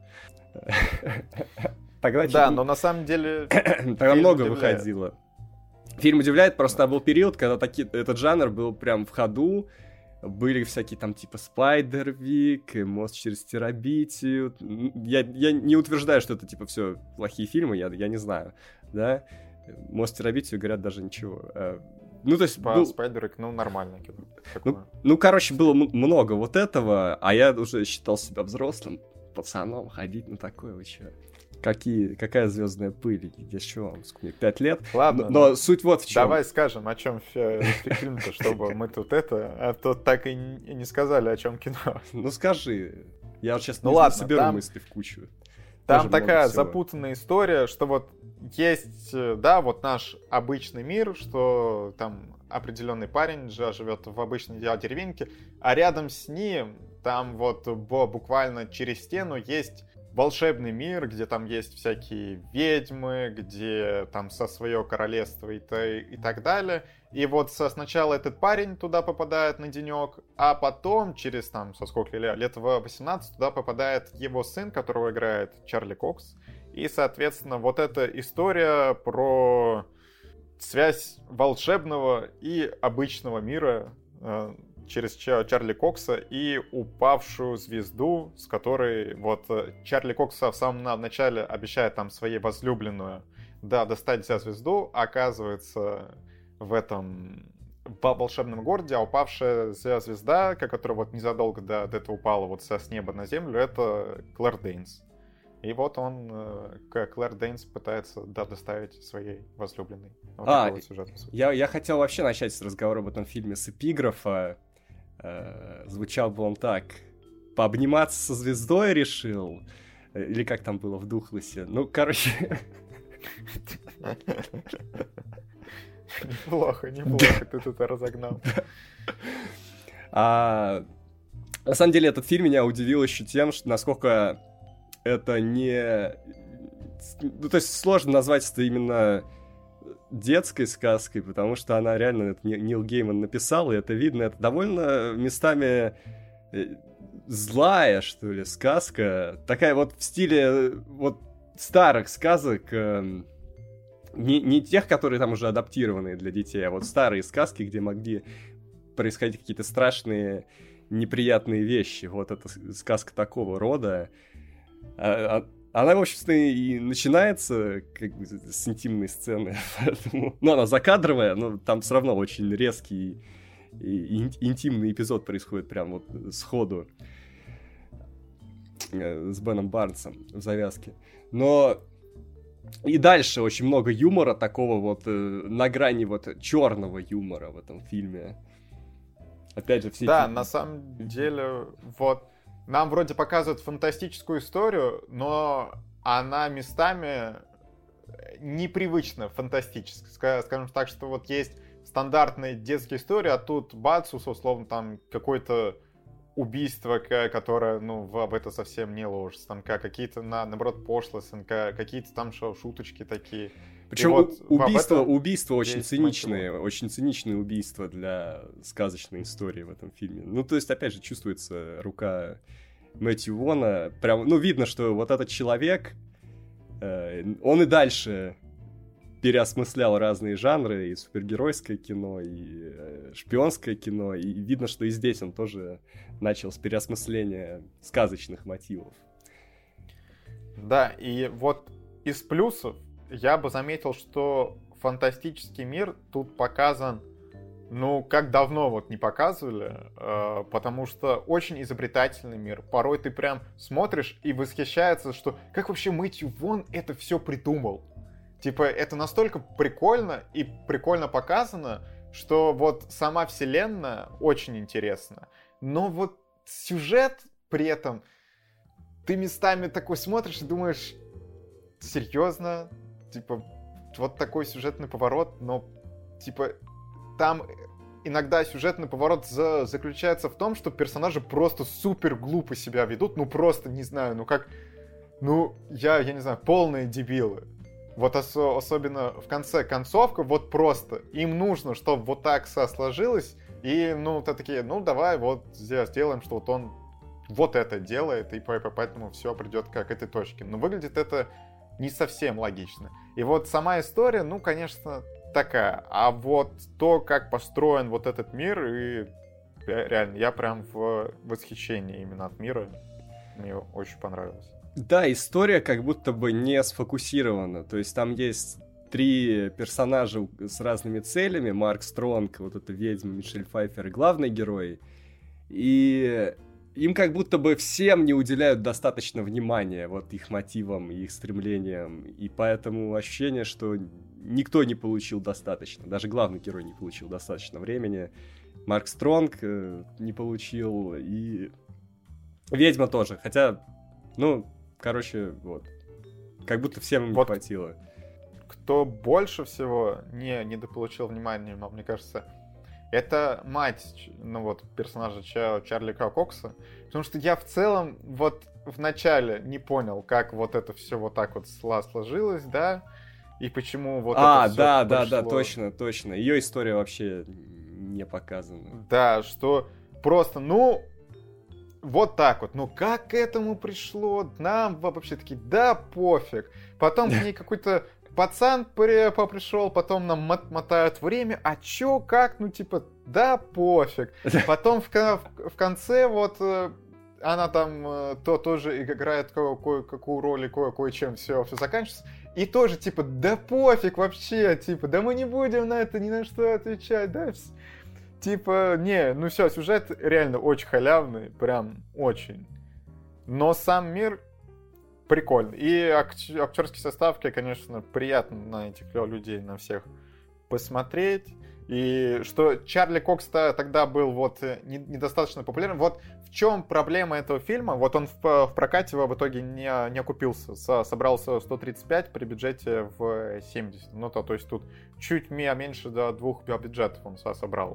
Да, но на самом деле... Тогда много выходило. Фильм удивляет, просто был период, когда этот жанр был прям в ходу. Были всякие там типа Спайдервик, Мост через Терабитию. Я не утверждаю, что это типа все плохие фильмы, я не знаю, да. Мост в Терабитию, говорят, даже ничего. Ну, то есть... Спайдервик, нормальное кино. Короче, было много вот этого, а я уже считал себя взрослым пацаном, ходить на такое, вы чё? Какая звездная пыль? Я что вам, 5 лет? Ладно. Но суть вот в чем. Давай скажем, о чем фильм-то, чтобы мы тут а то так и не сказали, о чем кино. Ну скажи. Я вот сейчас соберу мысли в кучу. Там такая запутанная история, что вот есть, да, вот наш обычный мир, что там определенный парень живет в обычной деревеньке, а рядом с ним, там вот буквально через стену есть волшебный мир, где там есть всякие ведьмы, где там со свое королевство и так далее. И вот сначала этот парень туда попадает на денек, а потом через там, со сколько лет, в 18 туда попадает его сын, которого играет Чарли Кокс. И, соответственно, вот эта история про связь волшебного и обычного мира. через Чарли Кокса и упавшую звезду, с которой вот Чарли Кокса в самом начале обещает там своей возлюбленную, да, достать за звезду, оказывается в этом волшебном городе, а упавшая звезда, которая вот незадолго до этого упала вот с неба на землю, это Клэр Дейнс. И вот он, Клэр Дейнс, пытается доставить своей возлюбленной. Вот сюжет, я хотел вообще начать с разговора об этом фильме с эпиграфа. Звучал бы он так: пообниматься со звездой решил? Или как там было в Духлессе? Ну, короче... Неплохо, ты тут разогнал. На самом деле, этот фильм меня удивил еще тем, что насколько это не... Ну, то есть сложно назвать это именно детской сказкой, потому что она реально, это Нил Гейман написал, и это видно, это довольно местами злая, что ли, сказка. Такая вот в стиле вот старых сказок, не тех, которые там уже адаптированные для детей, а вот старые сказки, где могли происходить какие-то страшные, неприятные вещи. Вот это сказка такого рода. Она, в общем-то, и начинается как бы с интимной сцены. Поэтому... Ну, она закадровая, но там все равно очень резкий и интимный эпизод происходит прям вот сходу с Беном Барнсом в завязке. Но и дальше очень много юмора такого вот на грани вот черного юмора в этом фильме. Опять же, все... Да, на самом деле, вот нам вроде показывают фантастическую историю, но она местами непривычно фантастическая. Скажем так, что вот есть стандартные детские истории, а тут бац, условно, там какое-то убийство, которое, ну, в это совсем не ложится. Там какие-то, наоборот, пошлости, какие-то там шуточки такие. Причем вот убийство очень циничные убийства для сказочной истории в этом фильме. Ну, то есть, опять же, чувствуется рука Мэтью Вона. Прям, ну, видно, что вот этот человек, он и дальше переосмыслял разные жанры, и супергеройское кино, и шпионское кино, и видно, что и здесь он тоже начал с переосмысления сказочных мотивов. Да, и вот из плюсов я бы заметил, что фантастический мир тут показан, ну, как давно вот не показывали, потому что очень изобретательный мир. Порой ты прям смотришь и восхищается, что как вообще Мэтью Вон это все придумал. Типа, это настолько прикольно и прикольно показано, что вот сама вселенная очень интересна. Но вот сюжет при этом, ты местами такой смотришь и думаешь, серьезно? Типа, вот такой сюжетный поворот, но, типа, там иногда сюжетный поворот заключается в том, что персонажи просто супер глупо себя ведут, ну, просто, не знаю, ну, как, ну, я не знаю, полные дебилы. Вот особенно в конце концовка, вот просто, им нужно, чтобы вот так сложилось, и, ну, то такие, ну, давай вот сделаем, что вот он вот это делает, и поэтому все придет к этой точке. Но выглядит это не совсем логично. И вот сама история, ну, конечно, такая. А вот то, как построен вот этот мир, и реально, я прям в восхищении именно от мира. Мне очень понравилось. Да, история как будто бы не сфокусирована. То есть там есть 3 персонажа с разными целями. Марк Стронг, вот эта ведьма, Мишель Пфайффер и главный герой. И им как будто бы всем не уделяют достаточно внимания вот их мотивам и их стремлениям. И поэтому ощущение, что никто не получил достаточно. Даже главный герой не получил достаточно времени. Марк Стронг не получил. И ведьма тоже. Хотя, ну, короче, вот. Как будто всем им не хватило. Кто больше всего не недополучил внимания, мне кажется, это мать, ну вот, персонажа Чарли Кокса. Потому что я в целом вот в начале не понял, как вот это все вот так вот сложилось, да, и почему вот это все да, точно. Ее история вообще не показана. Да, что просто, ну, вот так вот. Ну, как к этому пришло? Нам вообще такие, да, пофиг. Потом к ней какой-то пацан пришел, потом нам мотают время. А чё, как? Ну, типа, да пофиг. Потом в конце вот она там тоже играет какую роль и кое-чем все заканчивается. И тоже, типа, да пофиг вообще, типа, да мы не будем на это ни на что отвечать, да, типа, не, ну все, сюжет реально очень халявный, прям очень. Но сам мир прикольный. И актерский состав, конечно, приятно на этих людей, на всех посмотреть. И что Чарли Кокс-то тогда был вот недостаточно популярен. Вот в чем проблема этого фильма? Вот он в прокате в итоге не окупился. Собрался 135 при бюджете в 70. Ну, то есть тут чуть меньше до 2 бюджетов он собрал.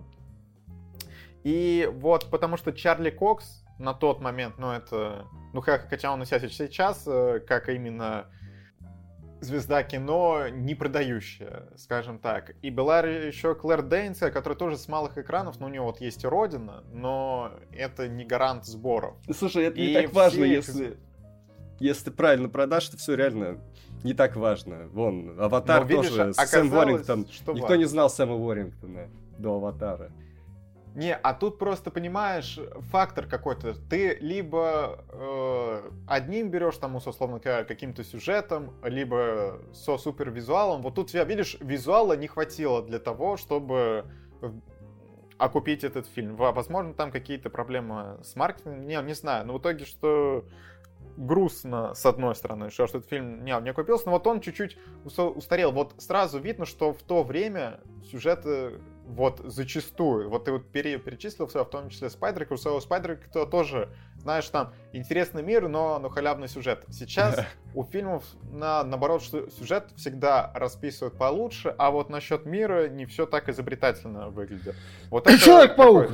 И вот потому что Чарли Кокс на тот момент, ну это... Ну, хотя он и сейчас, как именно... звезда кино не продающая, скажем так. И была еще Клэр Дейнс, которая тоже с малых экранов, но у нее вот есть и Родина, но это не гарант сборов. Слушай, это не так важно, если ты правильно продашь, это все реально не так важно. Вон, Аватар тоже, Сэм Уоррингтон. Никто не знал Сэма Уоррингтона до Аватара. Не, а тут просто, понимаешь, фактор какой-то. Ты либо одним берешь, там, условно, каким-то сюжетом, либо со супервизуалом. Вот тут, видишь, визуала не хватило для того, чтобы окупить этот фильм. Возможно, там какие-то проблемы с маркетингом, не знаю. Но в итоге, что грустно, с одной стороны, что этот фильм не окупился, но вот он чуть-чуть устарел. Вот сразу видно, что в то время сюжеты... Вот зачастую, вот ты вот перечислил все, в том числе Спайдерик, у Спайдерика тоже, знаешь, там интересный мир, но халявный сюжет. Сейчас у фильмов наоборот, что сюжет всегда расписывают получше, а вот насчет мира не все так изобретательно выглядит. Вот Человек-паук!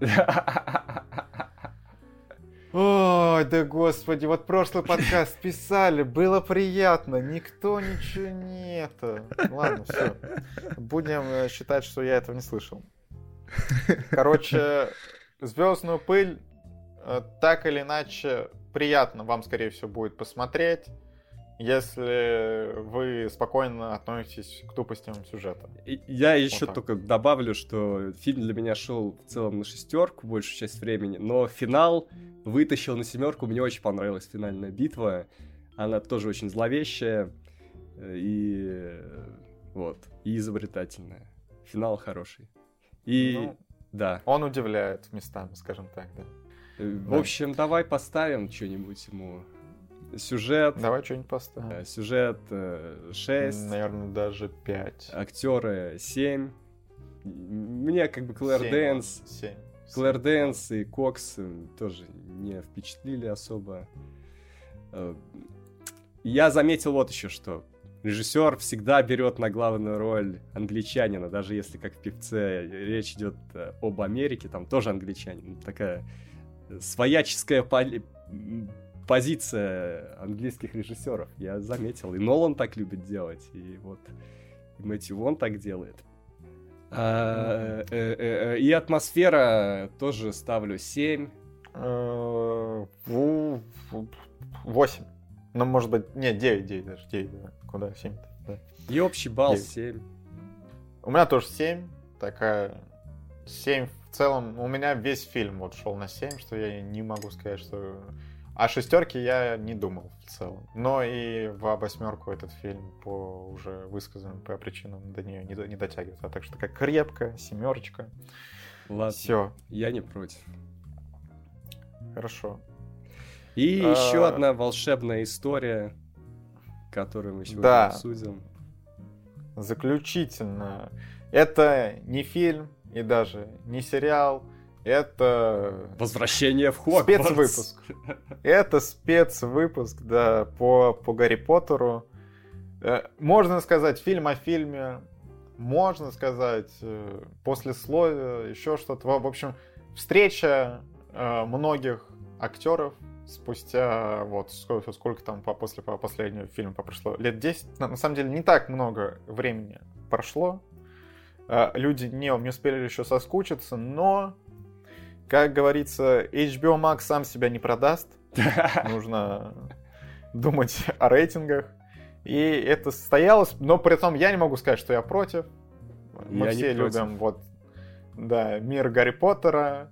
Ой, да господи, вот прошлый подкаст писали, было приятно, никто ничего не это. Ладно, все. Будем считать, что я этого не слышал. Короче, «Звездную пыль» так или иначе приятно вам, скорее всего, будет посмотреть, если вы спокойно относитесь к тупостям сюжета. Я еще только добавлю, что фильм для меня шел в целом на 6, большую часть времени, но финал вытащил на 7. Мне очень понравилась финальная битва. Она тоже очень зловещая и изобретательная. Финал хороший. И да. Он удивляет местами, скажем так, да. В общем, давай поставим что-нибудь ему. Сюжет. Давай что-нибудь поставим. Сюжет 6. Наверное, даже 5. Актеры 7. Мне как бы Клэр Дейнс. 7. Клэр Дейнс и Кокс тоже не впечатлили особо. Я заметил вот еще что. Режиссер всегда берет на главную роль англичанина, даже если, как в «Певце», речь идет об Америке, там тоже англичанин. Такая свояческая позиция английских режиссеров. Я заметил. И Нолан так любит делать. И вот Мэтью Вон так делает. И атмосфера тоже ставлю 7. 8. Ну, может быть, нет, 9 даже. 9, да. Куда? 7-то? Да. И общий балл 9. 7. У меня тоже 7. Такая 7 в целом. У меня весь фильм вот шел на 7, что я не могу сказать, что... О 6 я не думал в целом. Но и в 8 этот фильм по уже высказанным по причинам до нее не дотягивает. А так что как крепко, 7. Ладно. Все. Я не против. Хорошо. И еще одна волшебная история, которую мы сегодня обсудим. Заключительно. Это не фильм и даже не сериал. Это... Возвращение в Хогвартс. Спецвыпуск. Это спецвыпуск, да, по Гарри Поттеру. Можно сказать, фильм о фильме. Можно сказать, послесловие, еще что-то. В общем, встреча многих актеров спустя вот сколько там после последнего фильма прошло. Лет 10. На самом деле не так много времени прошло. Люди не успели еще соскучиться, но... Как говорится, HBO Max сам себя не продаст. Нужно думать о рейтингах. И это состоялось. Но при этом я не могу сказать, что я против. Мы все любим вот да, мир Гарри Поттера.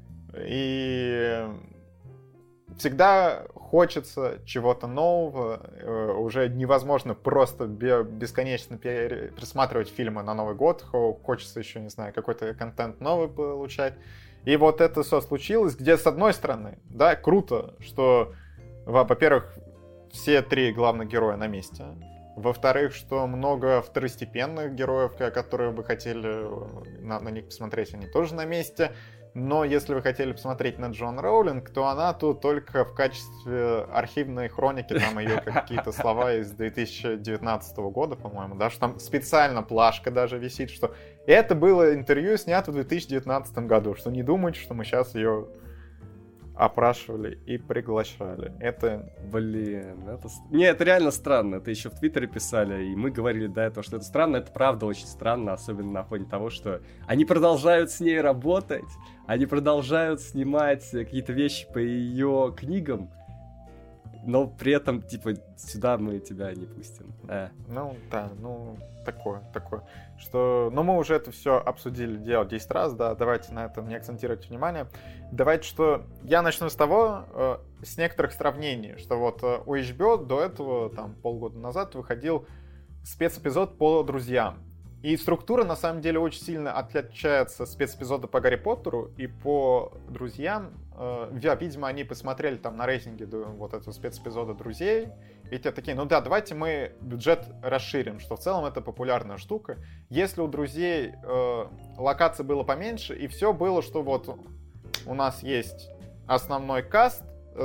И всегда хочется чего-то нового. Уже невозможно просто бесконечно пересматривать фильмы на Новый год. Хочется еще, не знаю, какой-то контент новый получать. И вот это все случилось, где, с одной стороны, да, круто, что, во-первых, все 3 главных героя на месте. Во-вторых, что много второстепенных героев, которые бы хотели на них посмотреть, они тоже на месте. Но если вы хотели посмотреть на Джоан Роулинг, то она тут только в качестве архивной хроники, там ее какие-то слова из 2019 года, по-моему, да, что там специально плашка даже висит, что это было интервью, снято в 2019 году, что не думайте, что мы сейчас ее опрашивали и приглашали. Это... Блин, это... Не, это реально странно. Это еще в Твиттере писали, и мы говорили до этого, что это странно. Это правда очень странно, особенно на фоне того, что они продолжают с ней работать, они продолжают снимать какие-то вещи по ее книгам, но при этом, типа, сюда мы тебя не пустим. Ну, да, ну, такое. Что, ну, мы уже это все обсудили, дело 10 раз, да, давайте на этом не акцентировать внимание. Давайте, что я начну с того, с некоторых сравнений, что вот у HBO до этого, там, полгода назад выходил спецэпизод по «Друзьям». И структура, на самом деле, очень сильно отличается спецэпизода по Гарри Поттеру и по «Друзьям». Видимо, они посмотрели там на рейтинге вот этого спецэпизода «Друзей», и те такие, ну да, давайте мы бюджет расширим, что в целом это популярная штука. Если у «Друзей» локаций было поменьше, и все было, что вот у нас есть основной каст,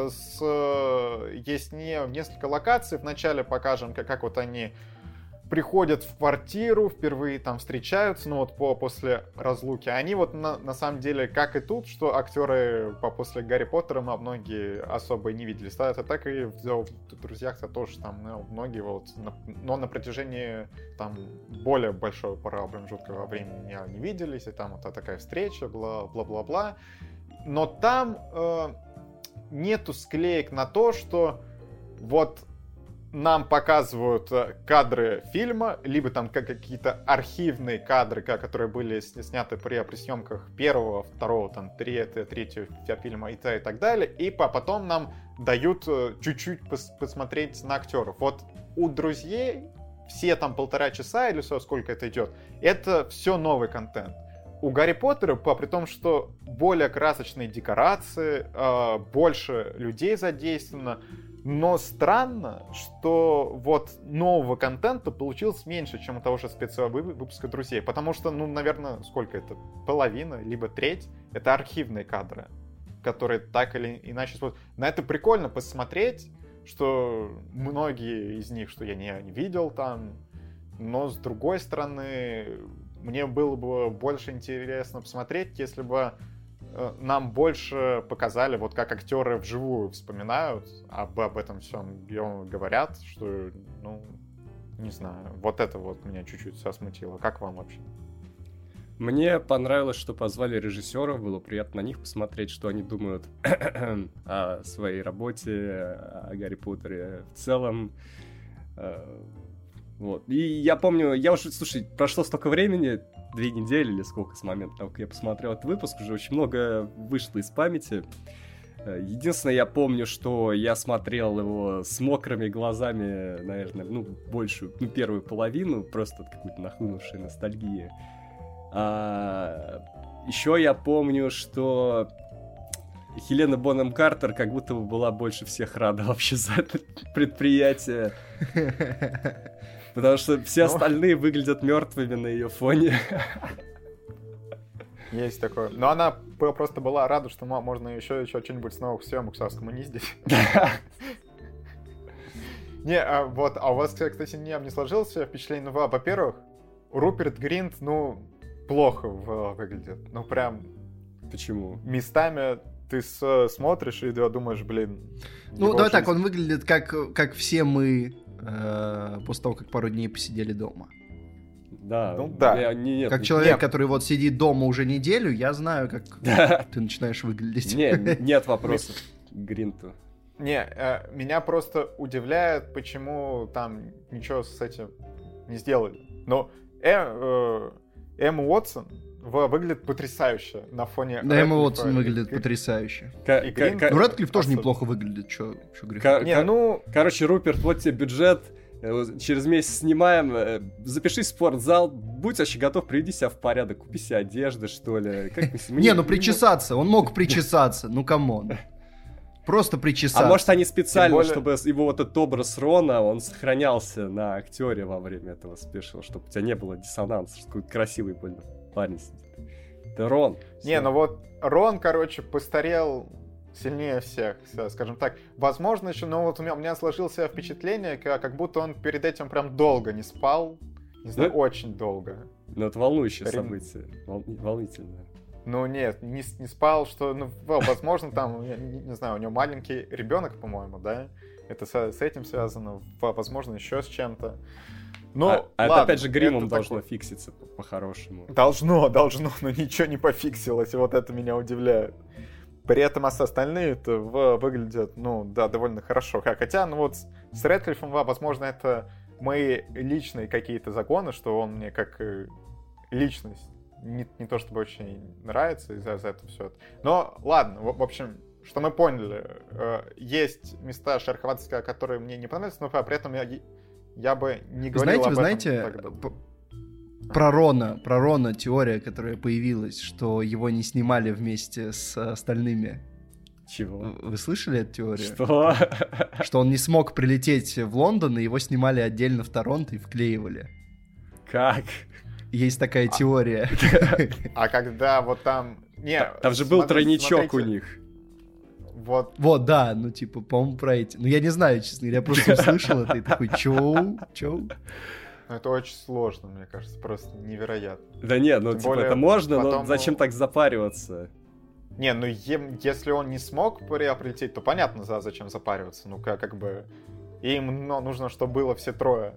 есть несколько локаций, вначале покажем, как вот они приходят в квартиру, впервые там встречаются, ну вот после разлуки. Они вот на самом деле, как и тут, что актеры после Гарри Поттера многие особо и не виделись. Да, это так и в «Друзьях»-то тоже там многие вот, но на протяжении там более большого промежутка времени не виделись, и там вот такая встреча, бла-бла-бла. Но там нету склеек на то, что вот нам показывают кадры фильма, либо там какие-то архивные кадры, которые были сняты при съемках первого, второго, там, третьего фильма и так далее, и потом нам дают чуть-чуть посмотреть на актеров. Вот у «Друзей» все там 1,5 часа или сколько это идет, это все новый контент. У Гарри Поттера, при том, что более красочные декорации, больше людей задействовано, но странно, что вот нового контента получилось меньше, чем у того же спецвыпуска «Друзей». Потому что, ну, наверное, сколько это? Половина, либо треть — это архивные кадры, которые так или иначе... На это прикольно посмотреть, что многие из них, что я не видел там, но с другой стороны, мне было бы больше интересно посмотреть, если бы нам больше показали, вот как актеры вживую вспоминают, об этом всем говорят, что, ну, не знаю, вот это вот меня чуть-чуть смутило. Как вам вообще? Мне понравилось, что позвали режиссеров, было приятно на них посмотреть, что они думают о своей работе, о Гарри Поттере в целом. Вот. И я помню, я уже, слушай, прошло столько времени, 2 недели или сколько с момента того, как я посмотрел этот выпуск, уже очень много вышло из памяти. Единственное, я помню, что я смотрел его с мокрыми глазами, наверное, ну, большую, ну, первую половину, просто от какой-то нахлынувшей ностальгии. Еще я помню, что Хелена Бонем Картер как будто бы была больше всех рада вообще за это предприятие. Потому что все остальные выглядят мертвыми на ее фоне. Есть такое. Но она просто была рада, что можно еще что-нибудь с новых съемок не здесь. Не, вот, а у вас, кстати, не сложилось впечатление? Ну, во-первых, Руперт Гринт, ну, плохо выглядит. Ну, прям... Почему? Местами ты смотришь и думаешь, блин... Ну, давай так, он выглядит как все мы после того, как пару дней посидели дома. Да, ну, да. Как человек, который вот сидит дома уже неделю, я знаю, как ты начинаешь выглядеть. Нет вопросов к Гринту. Меня просто удивляет, почему там ничего с этим не сделали. Но Эмма Уотсон, выглядит потрясающе на фоне... Да, Эмма Уотсон выглядит потрясающе. Ну, Рэдклифф тоже неплохо выглядит, чё греха. Короче, Руперт, вот тебе бюджет, через месяц снимаем, запишись в спортзал, будь вообще готов, приведи себя в порядок, купи себе одежды, что ли. Не, ну причесаться, он мог причесаться, ну камон. Просто причесаться. А может они специально, чтобы его вот этот образ Рона, он сохранялся на актере во время этого спешила, чтобы у тебя не было диссонанса, что какой-то красивый больно парень сидит. Это Рон. Не, ну вот Рон, короче, постарел сильнее всех, скажем так. Возможно, еще, но вот у меня сложилось впечатление, как будто он перед этим прям долго не спал. Не знаю, очень долго. Ну, это волнующее событие. Волнительное. Ну, нет, не спал, что, ну, возможно, там, не знаю, у него маленький ребенок, по-моему, да? Это с этим связано, возможно, еще с чем-то. Ну, ладно, это опять же гримом должно фикситься по-хорошему. Должно, но ничего не пофиксилось, и вот это меня удивляет. При этом остальные-то выглядят, ну, да, довольно хорошо. Хотя, ну вот с Рэдклиффом, возможно, это мои личные какие-то законы, что он мне как личность не то чтобы очень нравится из-за этого все. Но ладно, в общем, что мы поняли, есть места шероховатости, которые мне не понравились, но при этом я бы не говорил об этом. Знаете, про Рона теория, которая появилась, что его не снимали вместе с остальными. Чего? Вы слышали эту теорию? Что? Что он не смог прилететь в Лондон, и его снимали отдельно в Торонто и вклеивали. Как? Есть такая теория. А когда вот там... Там же был тройничок у них. Вот, да, ну типа, по-моему, про эти. Ну я не знаю, честно говоря, я просто услышал это и такой, чоу? Это очень сложно, мне кажется, просто невероятно. Да нет, ну типа это можно, но зачем так запариваться? Не, ну если он не смог прилететь, то понятно, зачем запариваться. Ну как бы им нужно, чтобы было все трое.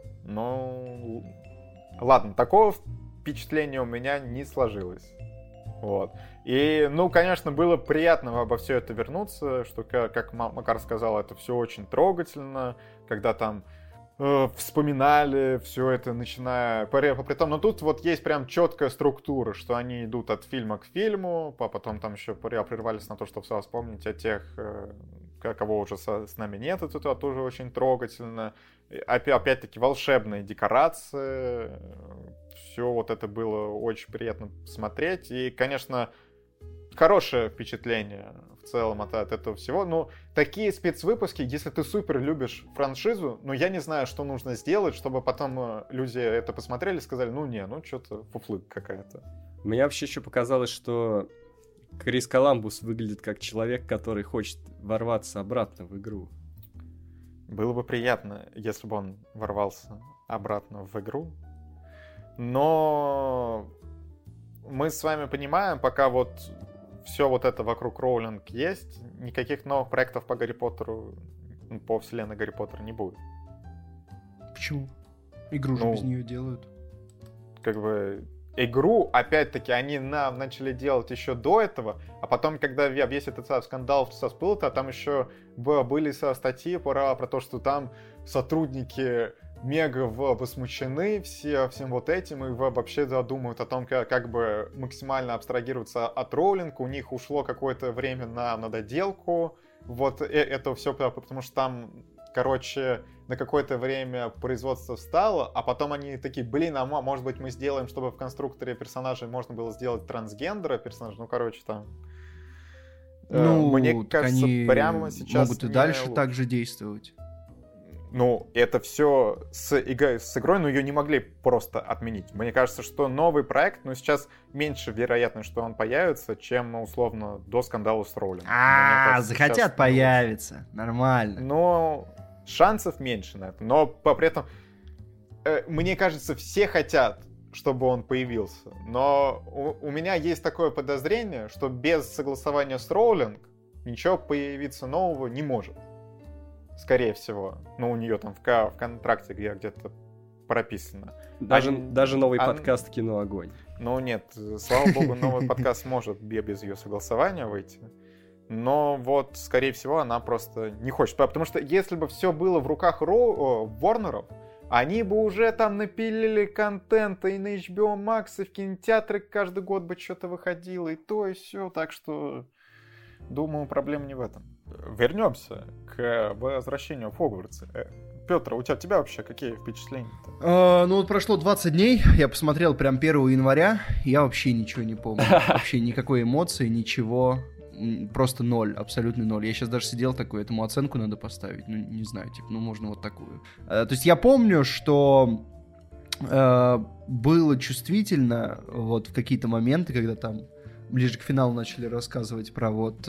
Ну... Ладно, такого впечатления у меня не сложилось. Вот. И, ну, конечно, было приятно обо все это вернуться, что, как Макар сказал, это все очень трогательно, когда там вспоминали все это, начиная... Притом, но тут вот есть прям четкая структура, что они идут от фильма к фильму, потом там еще прервались на то, чтобы вспомнить о тех, кого уже с нами нет, это тоже очень трогательно. Опять-таки волшебные декорации, все вот это было очень приятно смотреть, и, конечно, хорошее впечатление в целом от этого всего. Ну, такие спецвыпуски, если ты супер любишь франшизу, ну, я не знаю, что нужно сделать, чтобы потом люди это посмотрели и сказали, ну, что-то фуфлык какая-то. Мне вообще еще показалось, что Крис Коламбус выглядит как человек, который хочет ворваться обратно в игру. Было бы приятно, если бы он ворвался обратно в игру. Но мы с вами понимаем, пока вот все вот это вокруг Роулинг есть, никаких новых проектов по Гарри Поттеру, по вселенной Гарри Поттера не будет. Почему? Игру же без нее делают. Как бы... Игру, опять-таки, они начали делать еще до этого, а потом, когда весь этот скандал всплыл, то там еще были статьи про то, что там сотрудники мега возмущены всем вот этим, и вообще думают о том, как бы максимально абстрагироваться от Роулинг. У них ушло какое-то время на доделку вот это все, потому что там, короче, на какое-то время производство встало, а потом они такие, а может быть мы сделаем, чтобы в конструкторе персонажей можно было сделать трансгендера персонажа, ну, короче, там... Ну, мне кажется, они прямо сейчас... могут и дальше так же действовать. Ну, это все с игрой, но ее не могли просто отменить. Мне кажется, что новый проект, ну, сейчас меньше вероятно, что он появится, чем, условно, до скандала с Роулинг. Захотят сейчас, появиться, нормально. Но шансов меньше на это. Но при этом, мне кажется, все хотят, чтобы он появился. Но у меня есть такое подозрение, что без согласования с Роулинг ничего появиться нового не может. Скорее всего. Ну, у нее там в контракте где-то прописано. Даже новый подкаст «Кино Огонь». Ну, нет. Слава богу, новый подкаст может без ее согласования выйти. Но вот, скорее всего, она просто не хочет. Потому что если бы все было в руках Ворнеров, они бы уже там напилили контента и на HBO Max, и в кинотеатры каждый год бы что-то выходило, и то, и все. Так что, думаю, проблема не в этом. Вернемся к возвращению в Хогвартс. Петр, у тебя вообще какие впечатления-то? Ну вот прошло 20 дней, я посмотрел прям 1 января, я вообще ничего не помню. Вообще никакой эмоции, ничего. Просто ноль, абсолютный ноль. Я сейчас даже сидел такой, этому оценку надо поставить. Ну, не знаю, типа, ну, можно вот такую. То есть я помню, что было чувствительно вот в какие-то моменты, когда там ближе к финалу начали рассказывать про вот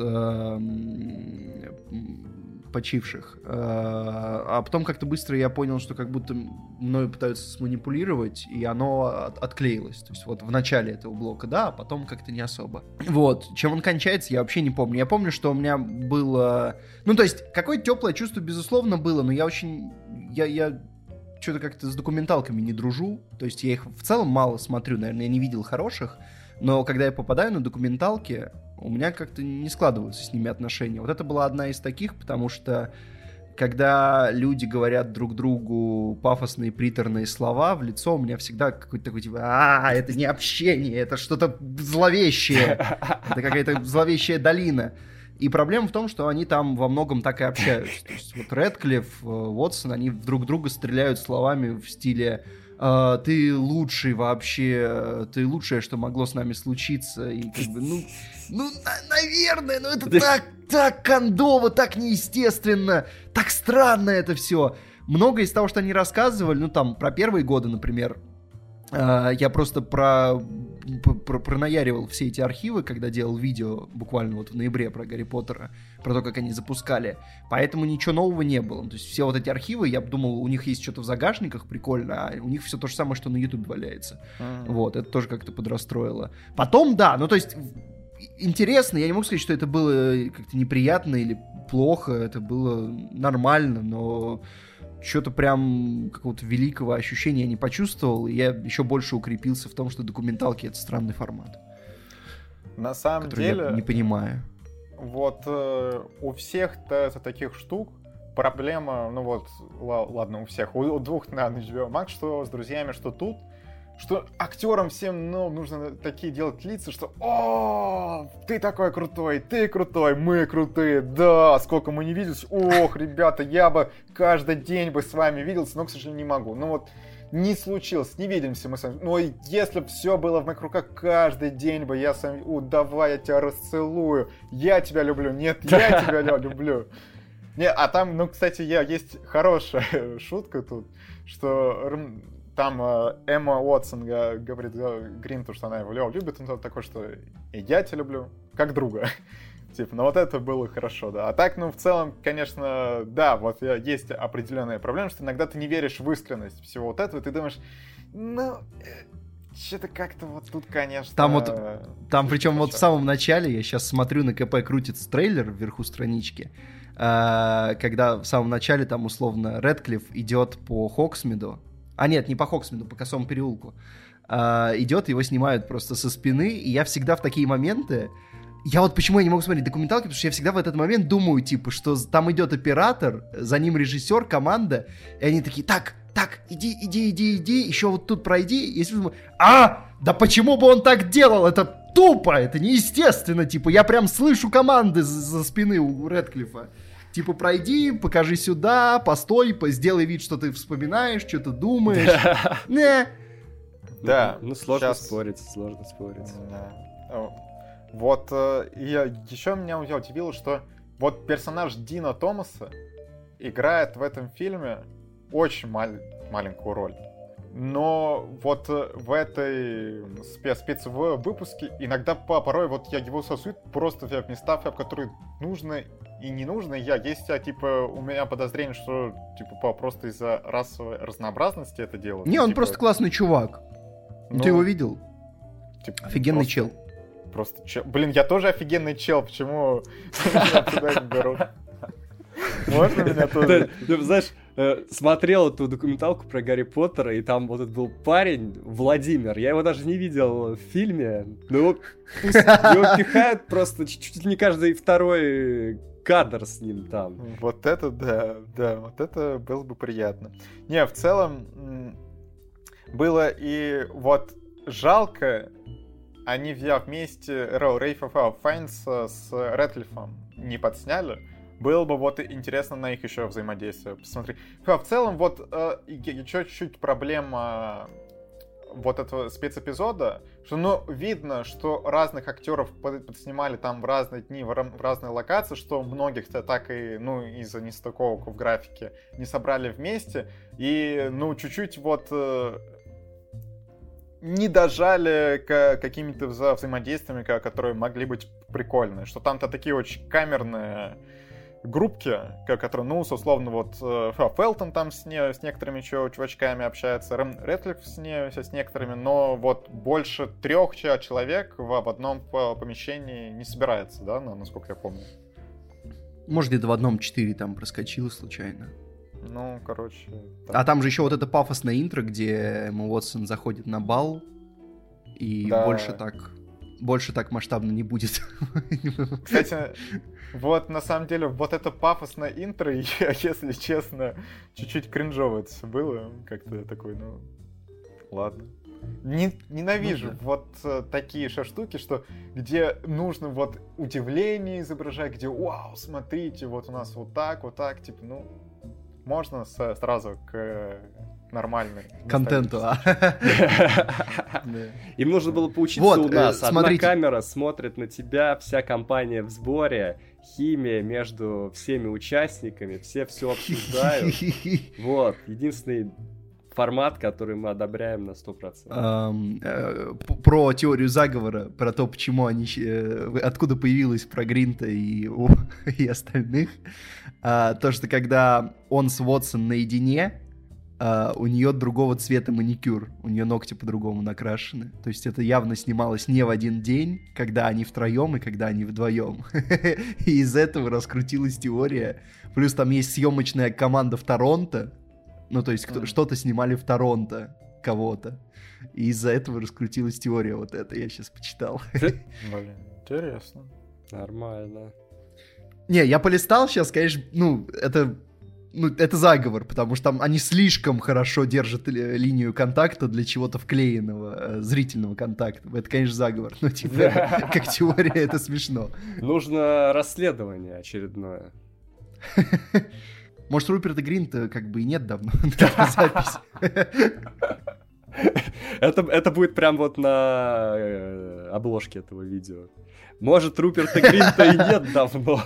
почивших. А потом как-то быстро я понял, что как будто мною пытаются сманипулировать, и оно отклеилось. То есть вот в начале этого блока, да, а потом как-то не особо. Вот. Чем он кончается, я вообще не помню. Я помню, что у меня было... Ну, то есть, какое-то теплое чувство, безусловно, было, но я очень... Я что-то как-то с документалками не дружу. То есть, я их в целом мало смотрю, наверное, я не видел хороших. Но когда я попадаю на документалки, у меня как-то не складываются с ними отношения. Вот это была одна из таких, потому что когда люди говорят друг другу пафосные, приторные слова в лицо, у меня всегда какой-то такой типа, это не общение, это что-то зловещее, это какая-то зловещая долина. И проблема в том, что они там во многом так и общаются. То есть вот Рэдклифф, Уотсон, они друг друга стреляют словами в стиле ты лучший вообще, ты лучшее, что могло с нами случиться, и как бы, наверное, но это так кондово, так неестественно, так странно это все. Многое из того, что они рассказывали, ну там, про первые годы, например, я просто пронаяривал все эти архивы, когда делал видео буквально вот в ноябре про Гарри Поттера, про то, как они запускали. Поэтому ничего нового не было. То есть все вот эти архивы, я думал, у них есть что-то в загашниках прикольно, а у них все то же самое, что на YouTube валяется. Вот, это тоже как-то подрастроило. Потом, да, ну то есть интересно, я не могу сказать, что это было как-то неприятно или плохо, это было нормально, но... Что-то прям какого-то великого ощущения я не почувствовал, и я еще больше укрепился в том, что документалки — это странный формат. На самом деле... Я не понимаю. Вот у всех таких штук проблема, ну вот, ладно, у всех, у двух на HBO Max, что с друзьями, что тут, что актерам всем, нужно такие делать лица, что «О, ты такой крутой, ты крутой, мы крутые, да, сколько мы не виделись, ох, ребята, я бы каждый день бы с вами виделся, но, к сожалению, не могу». Ну вот, не случилось, не видимся мы с вами. Но если бы все было в моих руках, каждый день бы я с вами, давай я тебя расцелую, я тебя люблю, нет, я тебя люблю. Не, а там, кстати, есть хорошая шутка тут, что... Там Эмма Уотсон говорит Гринту, что она его любит, он такой, что и я тебя люблю, как друга. Типа, ну вот это было хорошо, да. А так, в целом, конечно, да, вот есть определенная проблема, что иногда ты не веришь в искренность всего вот этого, и ты думаешь, что-то как-то вот тут, конечно... Там причем вот в самом начале, я сейчас смотрю на КП, крутится трейлер вверху странички, когда в самом начале там условно Рэдклифф идет по Хоксмиду, нет, не по Хоксмиду, по Косому переулку. Идет, его снимают просто со спины, и я всегда в такие моменты... Почему я не могу смотреть документалки, потому что я всегда в этот момент думаю, типа, что там идет оператор, за ним режиссер, команда, и они такие, так, иди, еще вот тут пройди, и если думаю, да почему бы он так делал, это тупо, это неестественно, типа, я прям слышу команды за спины у Рэдклиффа. Типа, пройди, покажи сюда, постой, сделай вид, что ты вспоминаешь, что ты думаешь. Да. Сложно спорить. Вот, еще меня удивило, что вот персонаж Дина Томаса играет в этом фильме очень маленькую роль. Но вот в этой спецвыпуске иногда порой вот я его сосуют просто в места, в которые нужно и не нужно. Есть, у меня подозрение, что просто из-за расовой разнообразности это делают. Не, он просто классный чувак. Ты его видел? Офигенный чел. Просто чел. Блин, я тоже офигенный чел, почему меня туда не берут? Можно меня тоже? Ты знаешь, смотрел эту документалку про Гарри Поттера, и там вот этот был парень, Владимир, я его даже не видел в фильме, но его пихают просто чуть ли не каждый второй кадр с ним там. Вот это да, вот это было бы приятно. Не, в целом было и вот жалко, они вместе Wraith of Fiends с Рэдклиффом не подсняли. Было бы вот интересно на их еще взаимодействие посмотреть. В целом вот еще чуть-чуть проблема вот этого спецэпизода, что, видно, что разных актеров подснимали там в разные дни, в разные локации, что многих-то так и, из-за нестыковок в графике не собрали вместе, и, чуть-чуть вот не дожали какими-то взаимодействиями, которые могли быть прикольные, что там-то такие очень камерные группки, которые, условно, вот Фелтон там с некоторыми чувачками общается, Рэдклифф с некоторыми, но вот больше 3 человек в одном помещении не собирается, да, насколько я помню. Может, где-то в одном 4 там проскочило случайно. Короче... Так. А там же еще вот это пафосное интро, где Эмма Уотсон заходит на бал, и да. больше так масштабно не будет. Кстати, вот на самом деле, вот это пафосное интро, если честно, чуть-чуть кринжово это все было. Как-то такой, ладно. Ненавижу вот такие штуки, где нужно вот удивление изображать, где вау, смотрите, вот у нас вот так, типа, можно сразу к нормальной контенту. Им нужно было поучиться у нас. Одна камера смотрит на тебя, вся компания в сборе, химия между всеми участниками, все обсуждают. Вот, единственный формат, который мы одобряем на 100%. Про теорию заговора, про то, почему они... Откуда появилась про Гринта и остальных. То, что когда он с Уотсон наедине, у нее другого цвета маникюр, у нее ногти по-другому накрашены. То есть это явно снималось не в один день, когда они втроем и когда они вдвоем. И из этого раскрутилась теория. Плюс там есть съемочная команда в Торонто, то есть что-то снимали в Торонто кого-то. И из-за этого раскрутилась теория вот эта, я сейчас почитал. Блин, интересно. Нормально. Не, я полистал сейчас, конечно, это заговор, потому что там они слишком хорошо держат линию контакта для чего-то вклеенного, зрительного контакта. Это, конечно, заговор. Как теория, это смешно. Нужно расследование очередное. Может, Руперта Гринта и нет давно на записи. Это будет прям вот на обложке этого видео. Может, Руперта Гринта и нет давно.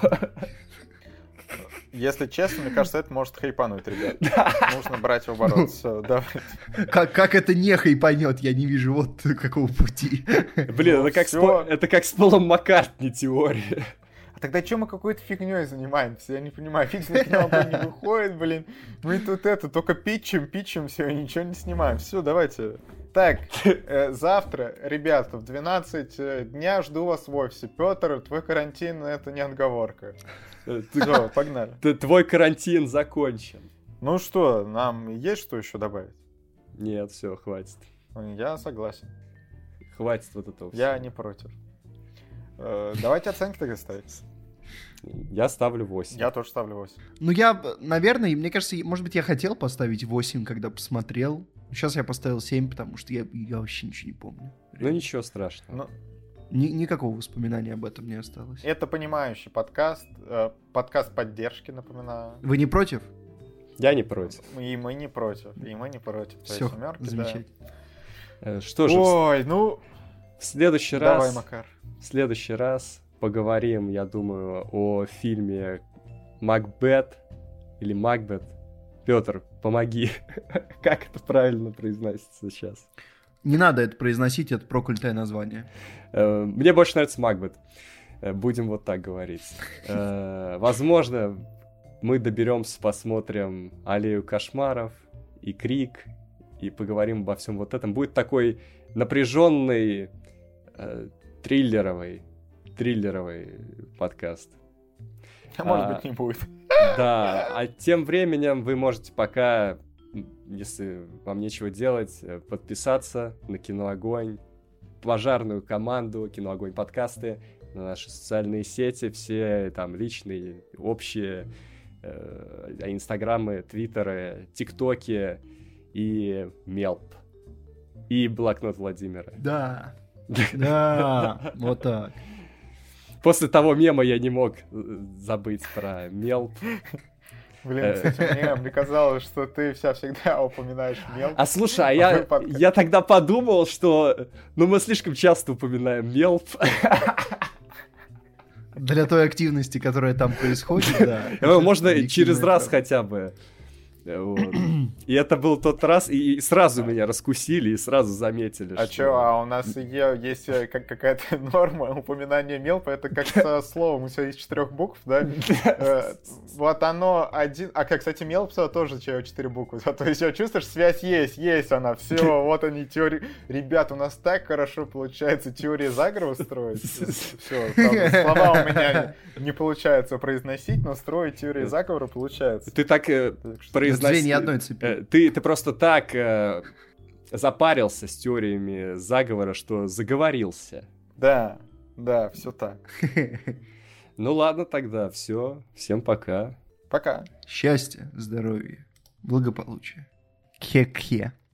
Если честно, мне кажется, это может хайпануть, ребят. Нужно брать в оборот. Все, давайте. Как это не хайпанет, я не вижу вот какого пути. Блин, это как с Полом Маккартни теория. А тогда что мы какой-то фигней занимаемся? Я не понимаю, фиг с кино не выходит, блин. Мы тут только питчем, все, ничего не снимаем. Все, давайте. Так, завтра, ребята, в 12 дня жду вас в офисе. Петр, твой карантин — это не отговорка. Все, погнали. Твой карантин закончен. Ну что, нам есть что еще добавить? Нет, все, хватит. Я согласен. Хватит вот этого. Я не против. Давайте оценки тогда ставить. Я ставлю 8. Я тоже ставлю 8. Я, наверное, мне кажется, может быть, я хотел поставить 8, когда посмотрел. Сейчас я поставил 7, потому что я вообще ничего не помню. Ничего страшного. Никакого воспоминания об этом не осталось. Это понимающий подкаст. Подкаст поддержки, напоминаю. Вы не против? Я не против. И мы не против. Все, замечательно. Что же... Ой, В следующий Давай, Макар. В следующий раз поговорим, я думаю, о фильме «Макбет» или «Макбет». Петр, помоги. Как это правильно произносится сейчас? Не надо это произносить, это проклятое название. Мне больше нравится «Макбет». Будем вот так говорить. Возможно, мы доберемся, посмотрим «Аллею кошмаров» и «Крик», и поговорим обо всем вот этом. Будет такой напряженный... триллеровый подкаст. Может быть, не будет. Да, а тем временем вы можете пока, если вам нечего делать, подписаться на Киноогонь, пожарную команду, Киноогонь подкасты, на наши социальные сети, все там личные, общие, инстаграмы, твиттеры, тиктоки и мелп. И блокнот Владимира. Да. Да, вот так. После того мема я не мог забыть про мелп. Блин, кстати, мне казалось, что ты всегда упоминаешь мелп. А слушай, я тогда подумал, что мы слишком часто упоминаем мелп. Для той активности, которая там происходит, да. Можно через раз хотя бы. Вот. И это был тот раз, и сразу меня раскусили, и сразу заметили. А чё, а у нас есть какая-то норма упоминания мелпа, это как со словом, у тебя есть 4 букв, да? Вот оно один... А, кстати, мелп тоже 4 буквы, то есть чувствуешь, связь есть она, все, вот они теории. Ребят, у нас так хорошо получается теории заговора строить. Все, слова у меня не получается произносить, но строить теории заговора получается. Ты так произносил. Две одной цепи. Ты просто так запарился с теориями заговора, что заговорился. Да, все так. Ну ладно тогда, все. Всем пока. Пока. Счастья, здоровья, благополучия. Кхе-кхе.